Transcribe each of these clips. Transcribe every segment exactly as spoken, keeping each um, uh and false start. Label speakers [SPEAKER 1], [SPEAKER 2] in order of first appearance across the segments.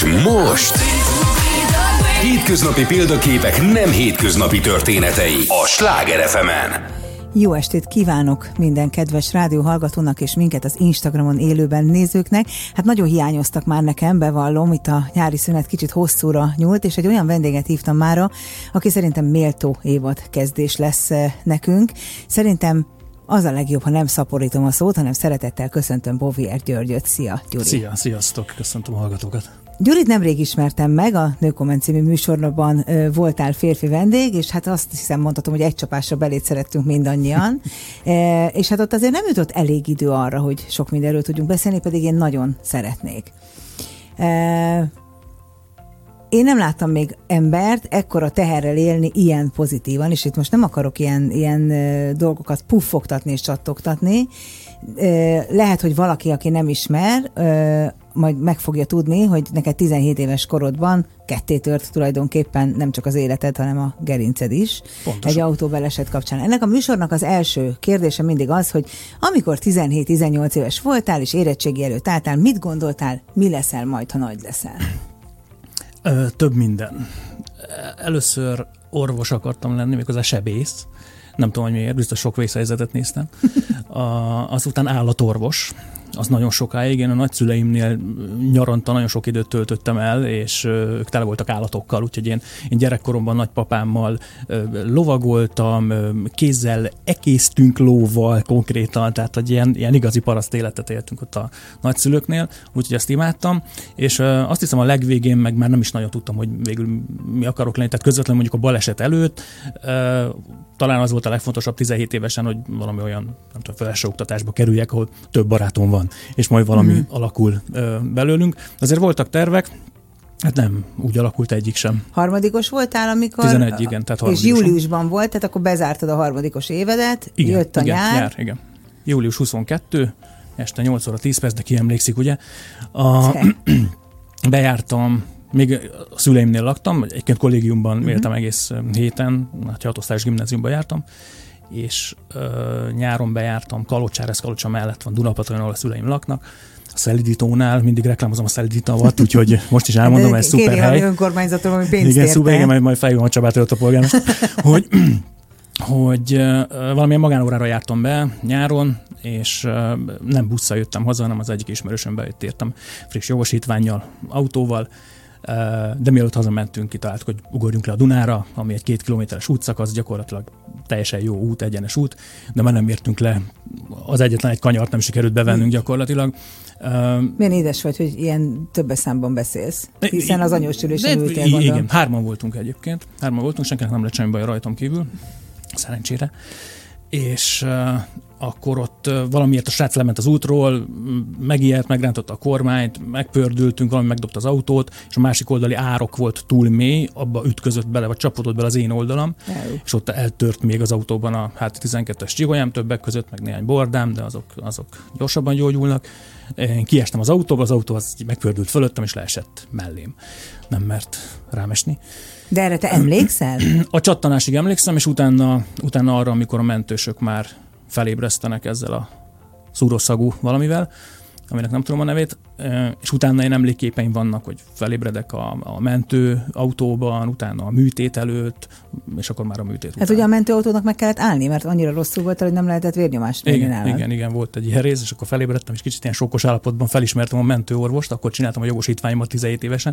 [SPEAKER 1] most hétköznapi példaképek nem hétköznapi történetei a Sláger ef emen.
[SPEAKER 2] Jó estét kívánok minden kedves rádióhallgatónak és minket az Instagramon élőben nézőknek. Hát nagyon hiányoztak már nekem, bevallom, itt a nyári szünet kicsit hosszúra nyúlt, és egy olyan vendéget hívtam mára, aki szerintem méltó évad kezdés lesz nekünk. Szerintem az a legjobb, ha nem szaporítom a szót, hanem szeretettel köszöntöm Bóvier Györgyöt. Szia, Gyuri!
[SPEAKER 3] Szia, sziasztok! Köszöntöm a hallgatókat!
[SPEAKER 2] Gyurit nemrég ismertem meg, a Nőkomment című műsorban ö, voltál férfi vendég, és hát azt hiszem mondhatom, hogy egy csapásra belét szerettünk mindannyian, e, és hát ott azért nem jutott elég idő arra, hogy sok mindenről tudjunk beszélni, pedig én nagyon szeretnék. E, Én nem láttam még embert ekkora teherrel élni ilyen pozitívan, és itt most nem akarok ilyen, ilyen dolgokat puffogtatni és csattogtatni. Lehet, hogy valaki, aki nem ismer, majd meg fogja tudni, hogy neked tizenhét éves korodban ketté tört tulajdonképpen nem csak az életed, hanem a gerinced is. Pontosan. Egy autóbaleset kapcsán. Ennek a műsornak az első kérdése mindig az, hogy amikor tizenhét-tizennyolc éves voltál, és érettségi előtt álltál, mit gondoltál, mi leszel majd, ha nagy leszel?
[SPEAKER 3] Ö, több minden. Először orvos akartam lenni, méghozzá sebész. Nem tudom, hogy miért, biztos sok vészhelyzetet néztem. A, azután állatorvos. Az nagyon sokáig. Én a nagyszüleimnél nyaranta nagyon sok időt töltöttem el, és ők tele voltak állatokkal, úgyhogy én, én gyerekkoromban nagypapámmal lovagoltam, kézzel ekésztünk lóval konkrétan, tehát hogy ilyen, ilyen igazi paraszt életet éltünk ott a nagyszülőknél, úgyhogy ezt imádtam, és azt hiszem a legvégén meg már nem is nagyon tudtam, hogy végül mi akarok lenni, tehát közvetlenül mondjuk a baleset előtt, talán az volt a legfontosabb tizenhét évesen, hogy valami olyan, nem tudom, felsőoktatásba kerüljek, ahol több barátom van, és majd valami mm. alakul ö, belőlünk. Azért voltak tervek, hát nem úgy alakult egyik sem.
[SPEAKER 2] Harmadikos voltál, amikor...
[SPEAKER 3] tizenegy, igen, tehát
[SPEAKER 2] és júliusban volt, tehát akkor bezártad a harmadikos évedet,
[SPEAKER 3] igen,
[SPEAKER 2] jött a
[SPEAKER 3] igen,
[SPEAKER 2] nyár.
[SPEAKER 3] nyár. Igen, július huszonkettő, este nyolc óra tíz perc, de ki emlékszik, ugye? A, bejártam, még a szüleimnél laktam, egyébként kollégiumban uh-huh. éltem egész héten, hát hatosztályos gimnáziumban jártam, és ö, nyáron bejártam Kalocsár, ez Kalocsa mellett van, Dunapaton, ahol a szüleim laknak, a Szelidítónál, mindig reklámozom a Szelidítóvat, úgyhogy most is elmondom, ez szuper hely.
[SPEAKER 2] Kérjem a önkormányzaton, ami pénzt
[SPEAKER 3] igen,
[SPEAKER 2] érte.
[SPEAKER 3] Szuper, igen, majd, majd felhívom a Csabát előtt a polgármester, hogy, hogy uh, valamilyen magánórára jártam be nyáron, és uh, nem busszal jöttem haza, hanem az egyik ismerősöm bejött, értem friss jogosítvánnyal, autóval, de mielőtt hazamentünk, kitaláltuk, hogy ugorjunk le a Dunára, ami egy két kilométeres útszakasz, gyakorlatilag teljesen jó út, egyenes út, de már nem értünk le, az egyetlen egy kanyart nem sikerült bevennünk gyakorlatilag.
[SPEAKER 2] Milyen édes vagy, hogy ilyen többes számban beszélsz, hiszen az anyósülésen ültél,
[SPEAKER 3] gondolom.
[SPEAKER 2] Igen,
[SPEAKER 3] hárman voltunk egyébként, hárman voltunk, senkinek nem lett semmi baj rajtam kívül, szerencsére. És uh, akkor ott uh, valamiért a srác lement az útról, megijedt, megrántotta a kormányt, megpördültünk, valami megdobta az autót, és a másik oldali árok volt túl mély, abba ütközött bele, vagy csapódott bele az én oldalam, Jaj. és ott eltört még az autóban a hát tizenkettes csigolyám többek között, meg néhány bordám, de azok, azok gyorsabban gyógyulnak. Én kiestem az autóba, az autó az megpördült fölöttem, és leesett mellém. Nem mert rámesni.
[SPEAKER 2] De erre te emlékszel?
[SPEAKER 3] A csattanásig emlékszem, és utána, utána arra, amikor a mentősök már felébresztenek ezzel a szúrószagú valamivel, aminek nem tudom a nevét, és utána én emlékképeim vannak, hogy felébredek a, a mentő autóban, utána a műtét előtt, és akkor már a műtét után.
[SPEAKER 2] Hát ugye a mentőautónak meg kellett állni, mert annyira rosszul volt, hogy nem lehetett vérnyomást mérni nálad.
[SPEAKER 3] Igen, igen, volt egy ilyen rész, és akkor felébredtem, és kicsit ilyen sokkos állapotban felismertem a mentőorvost, akkor csináltam a jogosítványomat tizenhét évesen,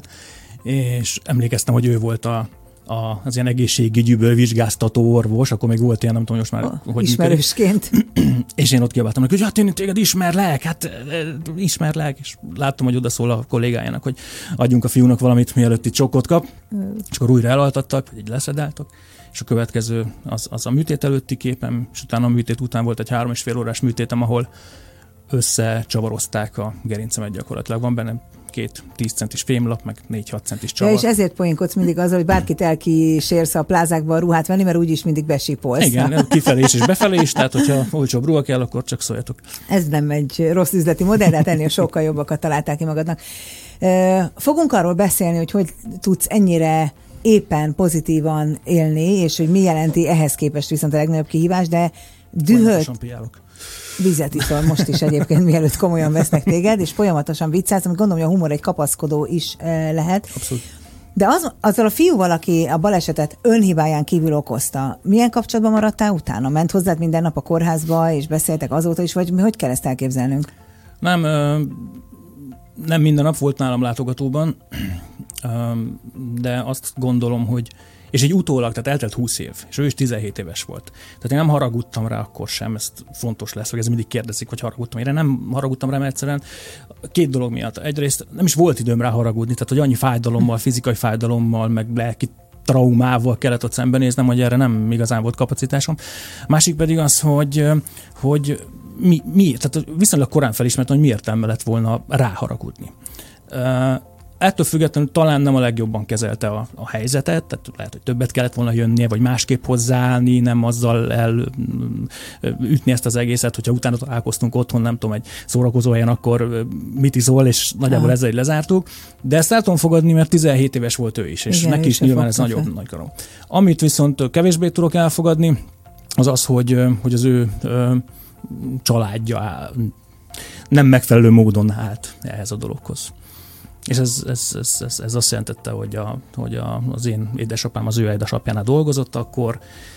[SPEAKER 3] és emlékeztem, hogy ő volt a A, az ilyen egészségügyből vizsgáztató orvos, akkor még volt ilyen, nem tudom, most már...
[SPEAKER 2] Oh, hogy ismerősként.
[SPEAKER 3] És én ott kiabáltam neki, hogy hát én téged ismerlek, hát ismerlek, és láttam, hogy odaszól a kollégájának, hogy adjunk a fiúnak valamit, mielőtt itt sokkot kap, mm. és akkor újra elaltattak, vagy így leszedáltak, és a következő az, az a műtét előtti képem, és utána a műtét után volt egy három és fél órás műtétem, ahol összecsavarozták a gerincemet gyakorlatilag. Van bennem két tíz centis fémlap, meg négy-hat centis csavar.
[SPEAKER 2] Ja, és ezért poénkodsz mindig azzal, hogy bárkit elkísérsz a plázákba a ruhát venni, mert úgyis mindig besipolsz.
[SPEAKER 3] Igen, kifelé is és befelé is, tehát hogyha olcsóbb ruha kell, akkor csak szóljatok.
[SPEAKER 2] Ez nem egy rossz üzleti modell, de hát ennél sokkal jobbakat találták ki magadnak. Fogunk arról beszélni, hogy hogy tudsz ennyire éppen pozitívan élni, és hogy mi jelenti ehhez képest viszont a legnagyobb kihívás, de dühöt, Vizet iszol most is egyébként, mielőtt komolyan vesznek téged, és folyamatosan viccálsz, amit gondolom, hogy a humor egy kapaszkodó is lehet.
[SPEAKER 3] Abszolút.
[SPEAKER 2] De az, azzal a fiúval, aki a balesetet önhibáján kívül okozta, milyen kapcsolatban maradtál utána? Ment hozzád minden nap a kórházba, és beszéltek azóta is, vagy mi hogy kell ezt elképzelnünk?
[SPEAKER 3] Nem, nem minden nap volt nálam látogatóban, de azt gondolom, hogy és egy utólag, tehát eltelt húsz év, és ő is tizenhét éves volt. Tehát én nem haragudtam rá akkor sem, ez fontos lesz, hogy ez mindig kérdezik, hogy haragudtam. Én nem haragudtam rá, mert egyszerűen két dolog miatt. Egyrészt nem is volt időm rá haragudni, tehát hogy annyi fájdalommal, fizikai fájdalommal, meg lelki traumával kellett ott szembenéznem, hogy erre nem igazán volt kapacitásom. Másik pedig az, hogy, hogy mi, mi, tehát viszonylag korán felismertem, hogy mi értelme lett volna ráharagudni. Ettől függetlenül talán nem a legjobban kezelte a, a helyzetet, tehát lehet, hogy többet kellett volna jönnie, vagy másképp hozzáállni, nem azzal elütni ezt az egészet, hogyha utána találkoztunk otthon, nem tudom, egy szórakozó helyen, akkor mit iszol, és nagyjából ezzel így lezártuk. De ezt el tudom fogadni, mert tizenhét éves volt ő is, és igen, neki is nyilván ez nagyobb nagy karom. Amit viszont kevésbé tudok elfogadni, az az, hogy, hogy az ő családja nem megfelelő módon állt ehhez a dologhoz. És ez, ez, ez, ez, ez azt jelentette, hogy, a, hogy a, az én édesapám az ő édesapjánál dolgozott akkor,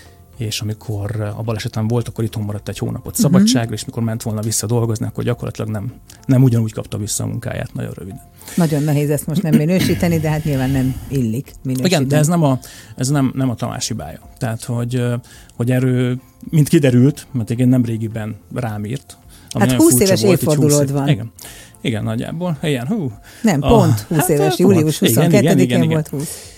[SPEAKER 3] és amikor a balesetem volt, akkor itthon maradt egy hónapot szabadságra, uh-huh. és mikor ment volna vissza dolgozni, akkor gyakorlatilag nem, nem ugyanúgy kapta vissza a munkáját, nagyon röviden.
[SPEAKER 2] Nagyon nehéz ezt most nem minősíteni, de hát nyilván nem illik minősíteni.
[SPEAKER 3] Igen, de ez nem a, ez nem, nem a Tamás hibája. Tehát, hogy, hogy erről, mint kiderült, mert igen, nem régiben rám írt.
[SPEAKER 2] Hát húsz éves évfordulód van.
[SPEAKER 3] Igen. Igen, nagyjából. Igen, hú.
[SPEAKER 2] Nem, pont húsz hát, éves, július huszonkettedikén volt húsz.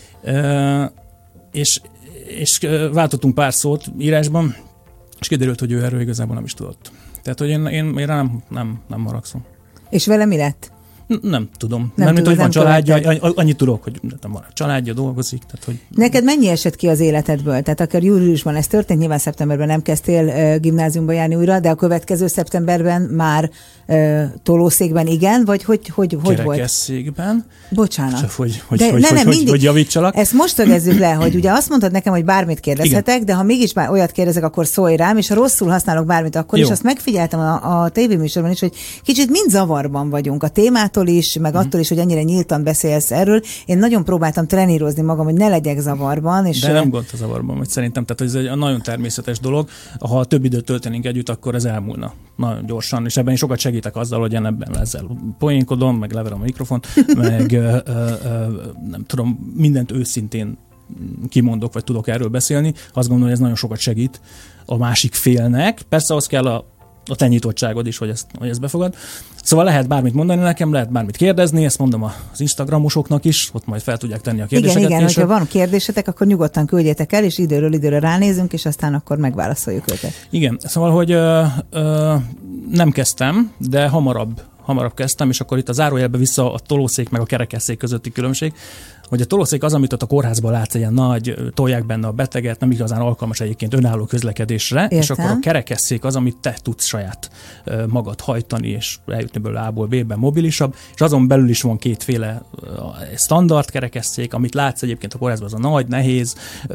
[SPEAKER 3] E, és, és váltottunk pár szót írásban, és kiderült, hogy ő erről igazából nem is tudott. Tehát, hogy én, én, én nem, nem, nem haragszom.
[SPEAKER 2] És vele mi lett?
[SPEAKER 3] Nem tudom. Nem mert mint, hogy van családja, annyit tudok, hogy nem van családja, dolgozik. Tehát, hogy...
[SPEAKER 2] Neked mennyi esett ki az életedből? Tehát akkor júliusban ez történt, nyilván szeptemberben nem kezdtél uh, gimnáziumba járni újra, de a következő szeptemberben már uh, tolószékben igen, vagy hogy, hogy, hogy volt?
[SPEAKER 3] Kerekesszékben.
[SPEAKER 2] Bocsánat.
[SPEAKER 3] Csak hogy, hogy, hogy, ne, hogy, hogy, hogy javítsalak.
[SPEAKER 2] Ezt most szögezzük le, hogy ugye azt mondtad nekem, hogy bármit kérdezhetek, igen. de ha mégis már olyat kérdezek, akkor szólj rám, és ha rosszul használok bármit, akkor Jó. is azt megfigyeltem a, a tévéműsorban is, hogy kicsit mind zavarban vagyunk a témától is, meg mm. attól is, hogy ennyire nyíltan beszélsz erről. Én nagyon próbáltam trenírozni magam, hogy ne legyek zavarban. És
[SPEAKER 3] de nem gond a zavarban, hogy szerintem, tehát ez egy nagyon természetes dolog. Ha több időt töltenénk együtt, akkor ez elmúlna nagyon gyorsan, és ebben is sokat segítek azzal, hogy én ebben ezzel poénkodom, meg leverem a mikrofont, meg ö, ö, ö, nem tudom, mindent őszintén kimondok, vagy tudok erről beszélni. Azt gondolom, hogy ez nagyon sokat segít a másik félnek. Persze az kell a a te nyitottságod is, hogy ezt, hogy ezt befogad. Szóval lehet bármit mondani nekem, lehet bármit kérdezni, ezt mondom az instagramosoknak is, ott majd fel tudják tenni a kérdéseket.
[SPEAKER 2] Igen, igen, hogyha van kérdésetek, akkor nyugodtan küldjétek el, és időről időre ránézünk, és aztán akkor megválaszoljuk őket.
[SPEAKER 3] Igen, szóval, hogy ö, ö, nem kezdtem, de hamarabb, hamarabb kezdtem, és akkor itt a zárójelbe vissza a tolószék meg a kerekesszék közötti különbség, hogy a tolószék az, amit ott a kórházban látsz, ilyen nagy, tolják benne a beteget, nem igazán alkalmas egyébként önálló közlekedésre, Értem. és akkor a kerekesszék az, amit te tudsz saját magad hajtani, és eljutni belőle A-ból B-be mobilisabb, és azon belül is van kétféle standard kerekesszék, amit látsz egyébként a kórházban, az a nagy, nehéz,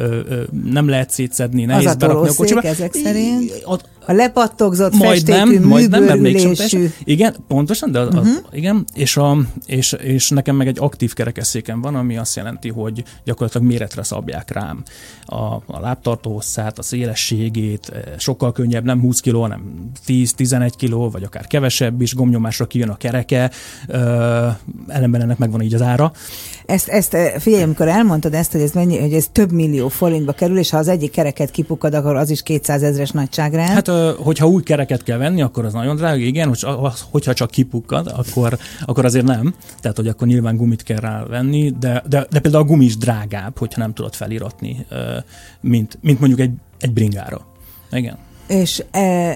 [SPEAKER 3] nem lehet szétszedni, nehéz
[SPEAKER 2] az
[SPEAKER 3] berakni a kocsiba.
[SPEAKER 2] Ezek szerint? A lepattogzott festékű,
[SPEAKER 3] műbőrülésű. Igen, pontosan, de az, uh-huh. az, igen, és, a, és, és nekem meg egy aktív kerekesszéken van, ami azt jelenti, hogy gyakorlatilag méretre szabják rám a, a lábtartó hosszát, a szélességét, sokkal könnyebb, nem húsz kiló, hanem tíz-tizenegy kiló, vagy akár kevesebb is, gomnyomásra kijön a kereke, ö, ellenben ennek megvan így az ára.
[SPEAKER 2] Ezt, ezt figyelj, amikor elmondtad ezt, hogy ez, mennyi, hogy ez több millió forintba kerül, és ha az egyik kereket kipukkad, akkor az is kétszázezres nagyságrend.
[SPEAKER 3] Hát, hogyha új kereket kell venni, akkor az nagyon drága, igen, hogy, hogyha csak kipukkad, akkor, akkor azért nem. Tehát, hogy akkor nyilván gumit kell rá venni, de, de, de például a gumi is drágább, hogyha nem tudod feliratni, mint, mint mondjuk egy, egy bringára. Igen.
[SPEAKER 2] És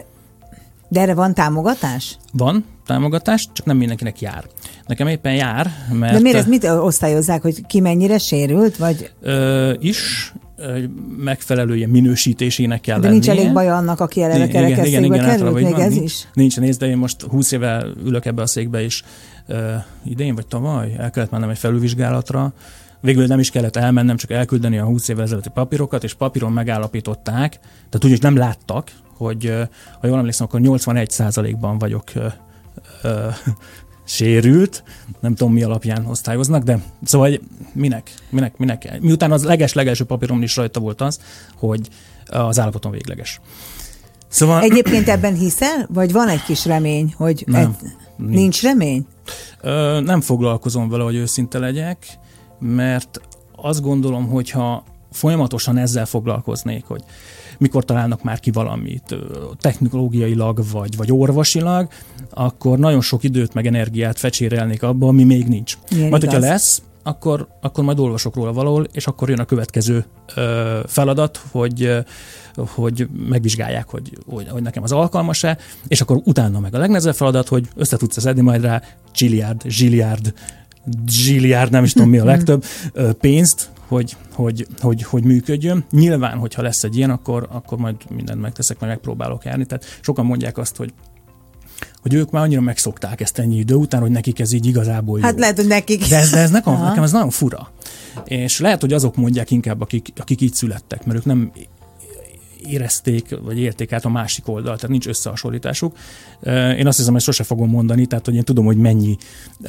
[SPEAKER 2] de erre van támogatás?
[SPEAKER 3] Van támogatás, csak nem mindenkinek jár. Nekem éppen jár, mert...
[SPEAKER 2] De miért ezt mit osztályozzák, hogy ki mennyire sérült, vagy...
[SPEAKER 3] Ö, is, megfelelő ilyen minősítésének kell
[SPEAKER 2] de
[SPEAKER 3] lennie.
[SPEAKER 2] nincs elég baj annak, aki eleve kerekesszékbe került, még ez
[SPEAKER 3] nincs,
[SPEAKER 2] is?
[SPEAKER 3] Nincs, nézd, de én most húsz éve ülök ebbe a székbe, és uh, idén vagy tavaly el kellett mennem egy felülvizsgálatra, végül nem is kellett elmennem, csak elküldeni a húsz évvel ezelőtti papírokat, és papíron megállapították, tehát úgy, hogy nem láttak, hogy ha jól emlékszem, akkor nyolcvanegy százalékban vagyok ö, ö, sérült, nem tudom mi alapján osztályoznak, de szóval minek, minek, minek. Miután az leges-legelső papírom is rajta volt az, hogy az állapotom végleges. Szóval...
[SPEAKER 2] Egyébként ebben hiszel? Vagy van egy kis remény, hogy
[SPEAKER 3] nem,
[SPEAKER 2] ed... nincs. nincs remény?
[SPEAKER 3] Ö, nem foglalkozom vele, hogy őszinte legyek, mert azt gondolom, hogyha folyamatosan ezzel foglalkoznék, hogy mikor találnak már ki valamit technológiailag vagy, vagy orvosilag, akkor nagyon sok időt meg energiát fecsérelnék abba, ami még nincs.
[SPEAKER 2] Milyen
[SPEAKER 3] majd,
[SPEAKER 2] igaz?
[SPEAKER 3] hogyha lesz, akkor, akkor majd olvasok róla valahol, és akkor jön a következő ö, feladat, hogy, ö, hogy megvizsgálják, hogy, hogy, hogy nekem az alkalmas-e, és akkor utána meg a legnehezebb feladat, hogy össze tudsz szedni majd rá csilliárd, zsilliárd, zsilliárd, nem is tudom mi a legtöbb ö, pénzt, hogy, hogy, hogy, hogy működjön. Nyilván, hogyha lesz egy ilyen, akkor, akkor majd mindent megteszek, meg megpróbálok járni. Tehát sokan mondják azt, hogy hogy ők már annyira megszokták ezt ennyi idő után, hogy nekik ez így igazából jó.
[SPEAKER 2] Hát lehet, hogy nekik.
[SPEAKER 3] De ez, de ez nekem, nekem ez nagyon fura. És lehet, hogy azok mondják inkább, akik, akik így születtek, mert ők nem érezték, vagy érték át a másik oldalt, tehát nincs összehasonlításuk. Én azt hiszem, hogy sose fogom mondani, tehát hogy én tudom, hogy mennyi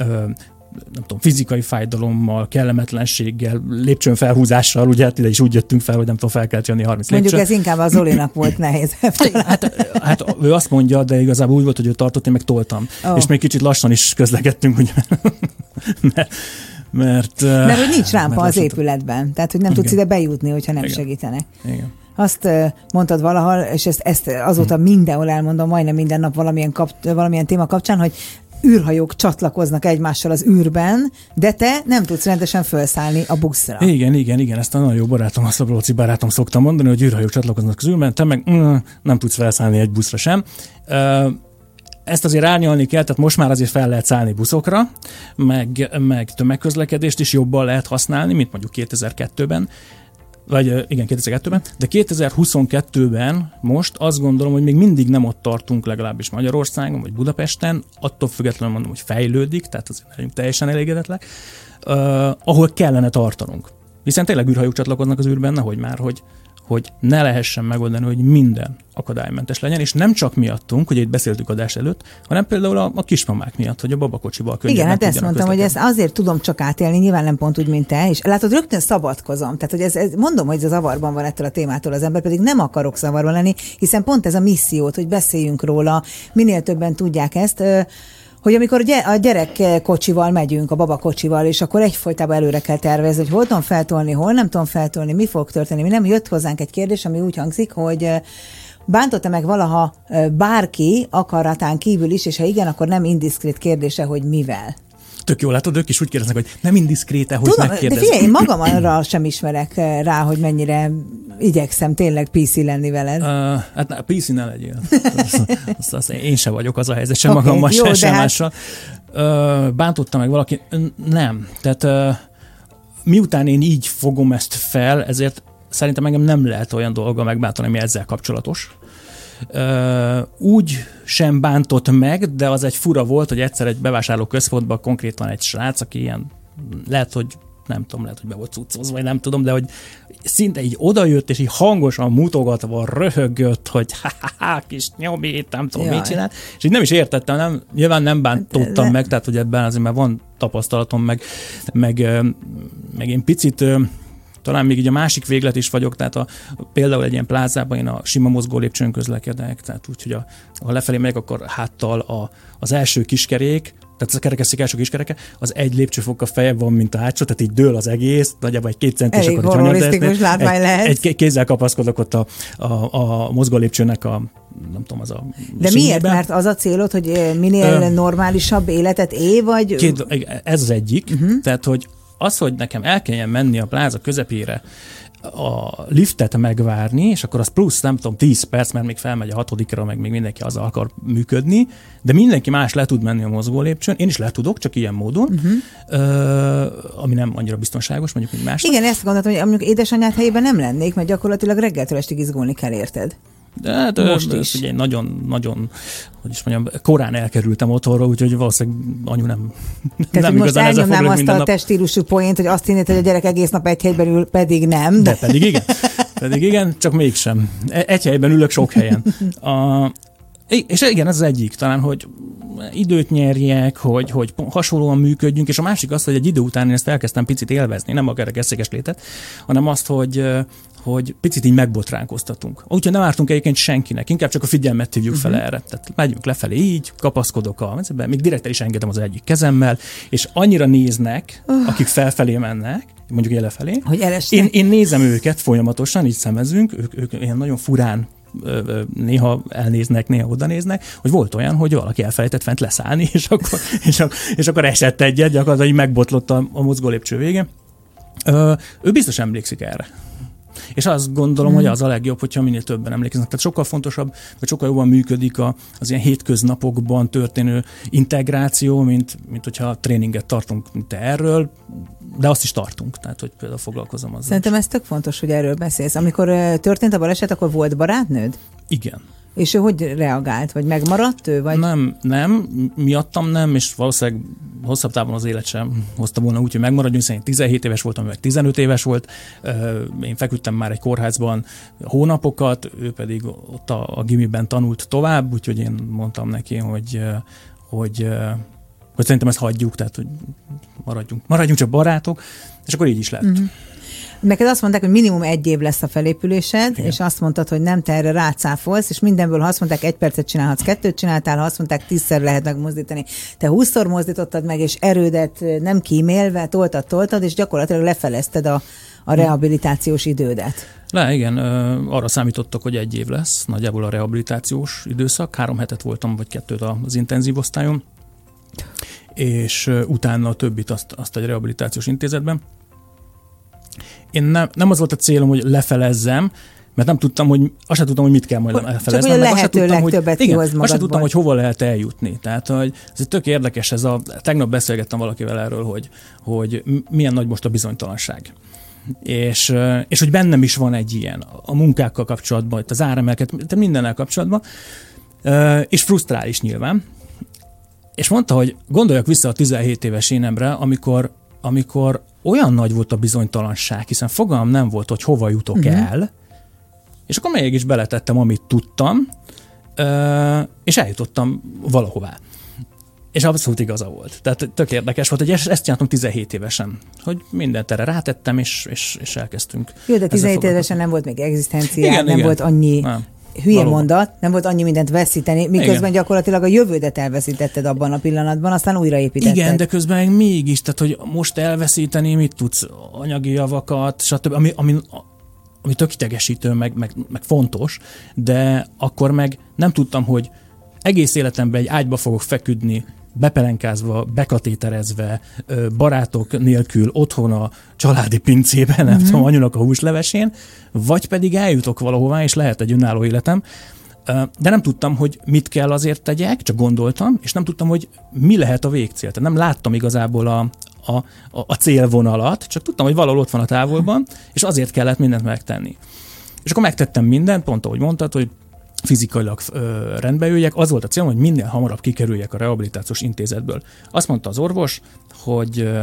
[SPEAKER 3] nem tudom, fizikai fájdalommal, kellemetlenséggel, lépcsőn felhúzással, ugye hát ide is úgy jöttünk fel, hogy nem tudom, fel kellett jönni harminc
[SPEAKER 2] Mondjuk
[SPEAKER 3] lépcsőn.
[SPEAKER 2] ez inkább az Zolinak volt nehéz.
[SPEAKER 3] hát, hát ő azt mondja, de igazából úgy volt, hogy ő tartott, én meg toltam. Oh. És még kicsit lassan is közlekedtünk, ugye, mert, mert...
[SPEAKER 2] Mert hogy nincs rámpa az épületben, tehát hogy nem igen. tudsz ide bejutni, hogyha nem
[SPEAKER 3] igen. segítenek.
[SPEAKER 2] Igen. Azt mondtad valahol, és ezt, ezt azóta hmm. mindenhol elmondom, majdnem minden nap valamilyen, kap, valamilyen téma kapcsán, hogy űrhajók csatlakoznak egymással az űrben, de te nem tudsz rendesen felszállni a buszra.
[SPEAKER 3] Igen, igen, igen, ezt a nagyon jó barátom, a Szabolcsi barátom szokta mondani, hogy űrhajók csatlakoznak az űrben, te meg mm, nem tudsz felszállni egy buszra sem. Ezt azért árnyalni kell, tehát most már azért fel lehet szállni buszokra, meg, meg tömegközlekedést is jobban lehet használni, mint mondjuk kétezer-kettőben, vagy igen, kétezer-kettőben, de kétezer-huszonkettőben most azt gondolom, hogy még mindig nem ott tartunk, legalábbis Magyarországon, vagy Budapesten, attól függetlenül mondom, hogy fejlődik, tehát azért legyünk teljesen elégedetlek, uh, ahol kellene tartanunk. Hiszen tényleg űrhajók csatlakoznak az űrben, nehogy már, hogy, hogy ne lehessen megoldani, hogy minden akadálymentes legyen, és nem csak miattunk, hogy itt beszéltük adás előtt, hanem például a, a kismamák miatt, hogy a babakocsival könnyebben.
[SPEAKER 2] Igen, hát ezt mondtam, hogy ezt azért tudom csak átélni, nyilván nem pont úgy, mint te, és látod, rögtön szabadkozom. Tehát, hogy ez, ez mondom, hogy ez a zavarban van ettől a témától az ember, pedig nem akarok zavarban lenni, hiszen pont ez a missziót, hogy beszéljünk róla, minél többen tudják ezt, hogy amikor a gyerek kocsival megyünk, a babakocsival, és akkor egyfolytában előre kell tervezni, hogy hol tudom feltolni, hol nem tudom feltolni, mi fog történni. Mi nem jött hozzánk egy kérdés, ami úgy hangzik, hogy bántotta meg valaha bárki akaratán kívül is, és ha igen, akkor nem indiszkrét kérdése, hogy mivel.
[SPEAKER 3] Tök jól látod, ők is úgy kérdeznek, hogy nem indiszkréte, hogy
[SPEAKER 2] Tudom,
[SPEAKER 3] megkérdez.
[SPEAKER 2] De figyelj, én magam arra sem ismerek rá, hogy mennyire igyekszem tényleg pé cé lenni veled. Uh,
[SPEAKER 3] hát pé cé ne legyél. Azt, azt, azt, én sem vagyok az a helyzet, sem okay, magammal,
[SPEAKER 2] jó,
[SPEAKER 3] sem, sem
[SPEAKER 2] hát...
[SPEAKER 3] mással. Uh, bántotta meg valaki? Nem. Tehát uh, miután én így fogom ezt fel, ezért szerintem engem nem lehet olyan dolga megbántani, ami ezzel kapcsolatos. Uh, úgy sem bántott meg, de az egy fura volt, hogy egyszer egy bevásárló központban konkrétan egy srác, aki ilyen, lehet, hogy nem tudom, lehet, hogy be volt cuccozva, vagy nem tudom, de hogy szinte így odajött, és így hangosan mutogatva röhögött, hogy ha-ha-ha, kis nyomét, nem tudom, Jaj. mit csinált, és így nem is értettem, nem, nyilván nem bántottam de... meg, tehát hogy ebben azért már van tapasztalatom, meg, meg, meg én picit talán még így a másik véglet is vagyok, tehát a, például egy ilyen plázában én a sima mozgó lépcsőn közlekedek, tehát úgy, hogy a, ha lefelé megyek, akkor háttal a, az első kiskerék, tehát a kerekesszék első kiskereke, az egy lépcsőfokkal feljebb van, mint a hátsó, tehát így dől az egész, nagyjából egy két centis,
[SPEAKER 2] elég
[SPEAKER 3] akkor
[SPEAKER 2] horrorisztikus látvány lehet.
[SPEAKER 3] Egy, egy kézzel kapaszkodok ott a, a, a mozgó lépcsőnek a, nem tudom, az a
[SPEAKER 2] De miért? Mert az a célod, hogy minél Ö, normálisabb életet él, vagy...
[SPEAKER 3] Két, ez az egyik, uh-huh. tehát, hogy az, hogy nekem el kelljen menni a pláza közepére a liftet megvárni, és akkor az plusz, nem tudom, tíz perc, mert még felmegy a hatodikra, meg még mindenki azzal akar működni, de mindenki más le tud menni a mozgó lépcsőn, én is le tudok, csak ilyen módon, uh-huh. uh, ami nem annyira biztonságos, mondjuk, mint másnak.
[SPEAKER 2] Igen, ezt gondoltam, hogy mondjuk édesanyád helyében nem lennék, mert gyakorlatilag reggeltől estig izgulni kell, érted?
[SPEAKER 3] De hát, most is. Ugye nagyon, nagyon, hogy is mondjam, korán elkerültem otthonra, úgyhogy valószínűleg anyu nem,
[SPEAKER 2] Tehát,
[SPEAKER 3] nem
[SPEAKER 2] most
[SPEAKER 3] igazán ezzel
[SPEAKER 2] elnyomnám azt a
[SPEAKER 3] nap.
[SPEAKER 2] teststílusú poént, hogy azt hinnéd, hogy a gyerek egész nap egy helyben ül, pedig nem.
[SPEAKER 3] De, de pedig igen. Pedig igen, csak mégsem. Egy helyben ülök sok helyen. A, és igen, ez az egyik talán, hogy időt nyerjek, hogy, hogy hasonlóan működjünk, és a másik az, hogy egy idő után én ezt elkezdtem picit élvezni, nem akár a kesszéges létet, hanem azt, hogy, hogy picit így megbotránkoztatunk. Úgyhogy nem ártunk egyébként senkinek, inkább csak a figyelmet hívjuk fel uh-huh. erre. Tehát megyünk lefelé így, kapaszkodok a, még direkt el is engedem az egyik kezemmel, és annyira néznek, uh. akik felfelé mennek, mondjuk én lefelé.
[SPEAKER 2] Hogy
[SPEAKER 3] én, én nézem őket folyamatosan, így szemezünk, ők, ők ilyen nagyon furán néha elnéznek, néha oda néznek, hogy volt olyan, hogy valaki elfelejtett fent leszállni, és akkor, és, és akkor esett egyet, gyakorlatilag megbotlott a, a mozgó lépcső vége. Ö, ő biztos emlékszik erre. És azt gondolom, hmm. hogy az a legjobb, hogyha minél többen emlékeznek. Tehát sokkal fontosabb, vagy sokkal jobban működik a, az ilyen hétköznapokban történő integráció, mint, mint hogyha tréninget tartunk mint erről, de azt is tartunk, tehát hogy például foglalkozom azzal.
[SPEAKER 2] Szerintem ez tök fontos, hogy erről beszélsz. Amikor történt a baleset, akkor volt barátnőd?
[SPEAKER 3] Igen.
[SPEAKER 2] És ő hogy reagált? Vagy megmaradt ő? Vagy?
[SPEAKER 3] Nem, nem, miattam nem, és valószínűleg hosszabb távon az élet sem hozta volna úgy, hogy megmaradjunk, hiszen én tizenhét éves voltam, meg tizenöt éves volt, én feküdtem már egy kórházban hónapokat, ő pedig ott a, a gimiben tanult tovább, úgyhogy én mondtam neki, hogy, hogy, hogy szerintem ezt hagyjuk, tehát hogy maradjunk, maradjunk csak barátok, és akkor így is lett. Mm-hmm.
[SPEAKER 2] Neked azt mondták, hogy minimum egy év lesz a felépülésed, igen. És azt mondtad, hogy nem, te erre rácáfolsz, és mindenből, ha azt mondták, egy percet csinálhatsz, kettőt csináltál, ha azt mondták, tízszer lehet megmozdítani. Te húszszor mozdítottad meg, és erődet nem kímélve, toltad, toltad, és gyakorlatilag lefelezted a, a rehabilitációs idődet.
[SPEAKER 3] Le, igen, arra számítottak, hogy egy év lesz, nagyjából a rehabilitációs időszak. Három hetet voltam, vagy kettőt az intenzív osztályon, és utána a többit azt, azt egy rehabilitációs intézetben. Én nem, nem az volt a célom, hogy lefelezzem, mert nem tudtam, hogy azt sem tudtam, hogy mit kell majd elfeleznem.
[SPEAKER 2] Csak hogy a lehető legtöbbet kihoz magadból.
[SPEAKER 3] Azt sem tudtam, hogy hova lehet eljutni. Tehát, hogy ez tök érdekes, ez a, tegnap beszélgettem valakivel erről, hogy, hogy milyen nagy most a bizonytalanság. És, és hogy bennem is van egy ilyen, a munkákkal kapcsolatban, az áremelket, mindennel kapcsolatban, és frusztrál is nyilván. És mondta, hogy gondoljak vissza a tizenhét éves énemre, amikor, amikor olyan nagy volt a bizonytalanság, hiszen fogalmam nem volt, hogy hova jutok uh-huh. el, és akkor mégis beletettem, amit tudtam, és eljutottam valahová. És abszolút igaza volt. Tehát tök érdekes volt, hogy ezt csináltam tizenhét évesen, hogy mindent erre rátettem, és, és, és elkezdtünk.
[SPEAKER 2] Jó, de tizenhét évesen nem volt még egzisztenciád, nem
[SPEAKER 3] igen.
[SPEAKER 2] volt annyi...
[SPEAKER 3] Nem.
[SPEAKER 2] Hülye
[SPEAKER 3] Valóban.
[SPEAKER 2] mondat, nem volt annyi mindent veszíteni, miközben igen. gyakorlatilag a jövődet elveszítetted abban a pillanatban, aztán újraépítetted.
[SPEAKER 3] Igen, de közben mégis, tehát hogy most elveszíteni, mit tudsz, anyagi javakat, stb., ami, ami, ami tök idegesítő, meg, meg, meg fontos, de akkor meg nem tudtam, hogy egész életemben egy ágyba fogok feküdni, bepelenkázva, bekatéterezve, barátok nélkül, otthon a családi pincében, nem mm-hmm. tudom, anyunak a húslevesén, vagy pedig eljutok valahová, és lehet egy önálló életem. De nem tudtam, hogy mit kell azért tegyek, csak gondoltam, és nem tudtam, hogy mi lehet a végcél. Tehát nem láttam igazából a, a, a célvonalat, csak tudtam, hogy valahol ott van a távolban, és azért kellett mindent megtenni. És akkor megtettem mindent, pont ahogy mondtad, hogy fizikailag ö, rendbe jöjjek. Az volt a célom, hogy minél hamarabb kikerüljek a rehabilitációs intézetből. Azt mondta az orvos, hogy ö,